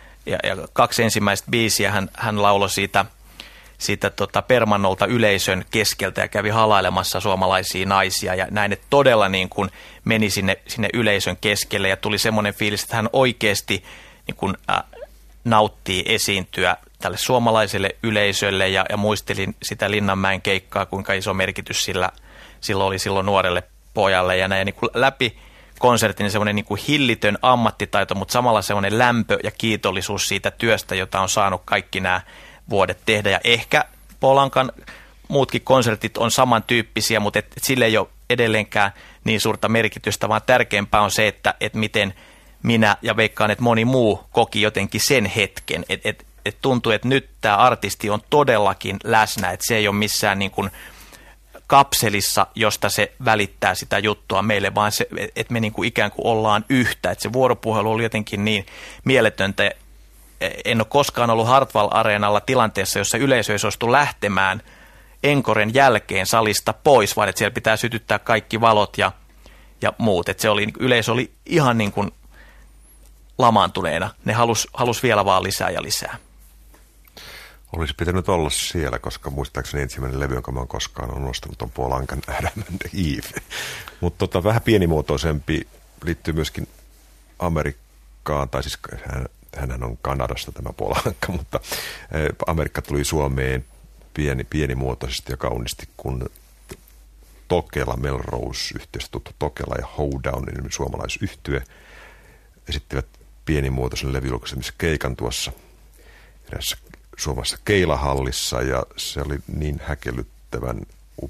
2 ensimmäistä biisiä hän lauloi siitä Permannolta yleisön keskeltä ja kävi halailemassa suomalaisia naisia. Ja näin, että todella niin kuin meni sinne yleisön keskelle ja tuli semmoinen fiilis, että hän oikeasti niin kuin, nauttii esiintyä tälle suomalaiselle yleisölle ja muistelin sitä Linnanmäen keikkaa, kuinka iso merkitys sillä oli silloin nuorelle pojalle ja näin. Ja niin kuin läpi konsertin niin semmoinen niin kuin hillitön ammattitaito, mutta samalla semmoinen lämpö ja kiitollisuus siitä työstä, jota on saanut kaikki nämä vuodet tehdä. Ja ehkä Paul Ankan muutkin konsertit on samantyyppisiä, mutta sille ei ole edelleenkään niin suurta merkitystä, vaan tärkeämpää on se, että miten minä ja veikkaan, että moni muu koki jotenkin sen hetken, että tuntuu, että nyt tämä artisti on todellakin läsnä, että se ei ole missään niin kuin kapselissa, josta se välittää sitä juttua meille, vaan se, että me niin kuin ikään kuin ollaan yhtä, että se vuoropuhelu oli jotenkin niin mieletöntä. En ole koskaan ollut Hartwall-areenalla tilanteessa, jossa yleisö ei suostu lähtemään enkoren jälkeen salista pois, vaan että siellä pitää sytyttää kaikki valot ja muut. Että yleisö oli ihan niin kuin lamaantuneena. Ne halus vielä vaan lisää ja lisää. Olisi pitänyt olla siellä, koska muistaakseni ensimmäinen levy, jonka mä oon koskaan on nostanut, on Paul Ankan Adam and Eve. Mutta vähän pienimuotoisempi liittyy myöskin Amerikkaan, tai siis hänhän on Kanadasta tämä Paul Anka, mutta Amerikka tuli Suomeen pienimuotoisesti ja kauniisti, kun Tokela, Melrose-yhtiöstä tuttu Tokela ja Hoedown, niin suomalaisyhtye, esittivät pienimuotoisen levyjulkaisemisen keikan tuossa erässä Suomessa Keilahallissa, ja se oli niin häkellyttävän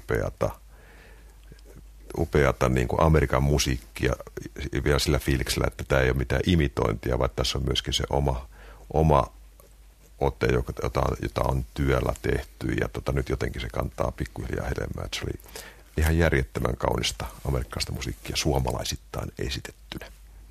upeata niin kuin Amerikan musiikkia vielä sillä fiiliksellä, että tämä ei ole mitään imitointia, vaan tässä on myöskin se oma ote, jota on työllä tehty, ja nyt jotenkin se kantaa pikkuhiljaa hedelmää. Se oli ihan järjettömän kaunista amerikkalaista musiikkia suomalaisittain esitettynä.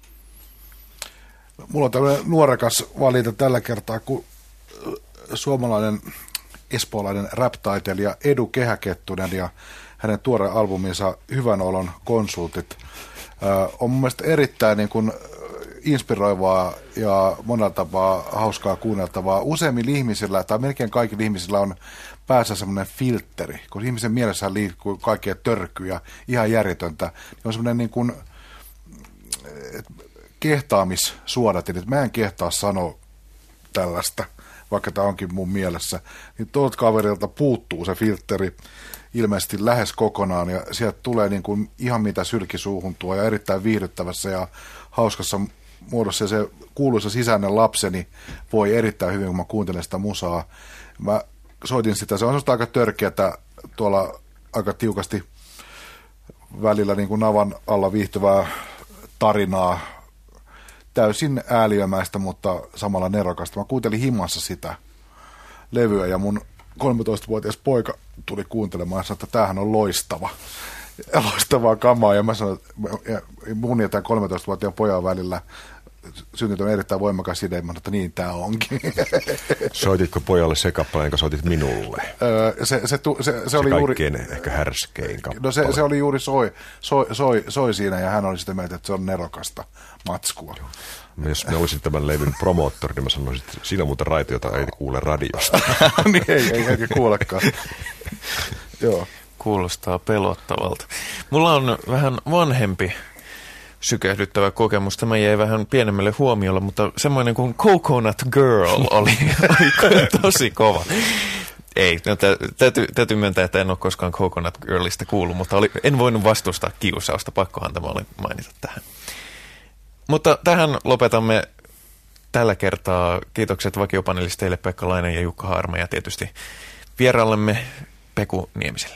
Mulla on tämmöinen nuorekas valinta tällä kertaa, kun suomalainen espoolainen rap-taiteilija Edu Kehäkettunen ja hänen tuore albuminsa Hyvän olon konsultit on mun mielestä erittäin niin kuin inspiroivaa ja monella tapaa hauskaa kuunneltavaa. Useimmilla ihmisillä, tai melkein kaikilla ihmisillä on päässä semmoinen filtteri, kun ihmisen mielessä liikkuu kaikkea törkyä, ihan järjetöntä. Niin on semmoinen niin kuin kehtaamissuodatin, että mä en kehtaa sanoa tällaista, vaikka tämä onkin mun mielessä. Niin tuolta kaverilta puuttuu se filtteri ilmeisesti lähes kokonaan, ja sieltä tulee niin kuin ihan mitä sylkisuuhun tuo, ja erittäin viihdyttävässä ja hauskassa muodossa, ja se kuuluisa sisäinen lapseni voi erittäin hyvin, kun mä kuuntelen sitä musaa. Mä soitin sitä, se on aika törkeätä tuolla aika tiukasti välillä niin kuin navan alla viihtyvää tarinaa, täysin ääliömäistä, mutta samalla nerokasta. Mä kuuntelin himassa sitä levyä, ja mun 13-vuotias poika tuli kuuntelemaan ja sanoi, että tämähän on loistavaa kamaa, ja mä sanoin, että mun ja tämän 13-vuotiaan pojan välillä syntyi erittäin voimakas idea, mä sanoin, että niin tää onkin. Soititko pojalle se kappale, jonka soitit minulle? Se oli kaikkein juuri ehkä härskein kappale. No se oli juuri soi siinä, ja hän oli sitä mieltä, että se on nerokasta matskua. Jos me olisin tämän levyn promoottori, niin mä sanoisin, että siinä on muuta raito, jota ei kuule radiosta. Niin ei kuulekaan. Joo. Kuulostaa pelottavalta. Mulla on vähän vanhempi sykähdyttävä kokemus. Tämä jäi vähän pienemmälle huomiolle, mutta semmoinen kuin Coconut Girl oli tosi kova. Ei, no, täytyy myöntää, että en ole koskaan Coconut Girlista kuullut, mutta en voinut vastustaa kiusausta. Pakkohan tämä oli mainita tähän. Mutta tähän lopetamme tällä kertaa. Kiitokset vakiopanelisteille Pekka Laine ja Jukka Haarma, ja tietysti vieraallemme Peku Niemiselle.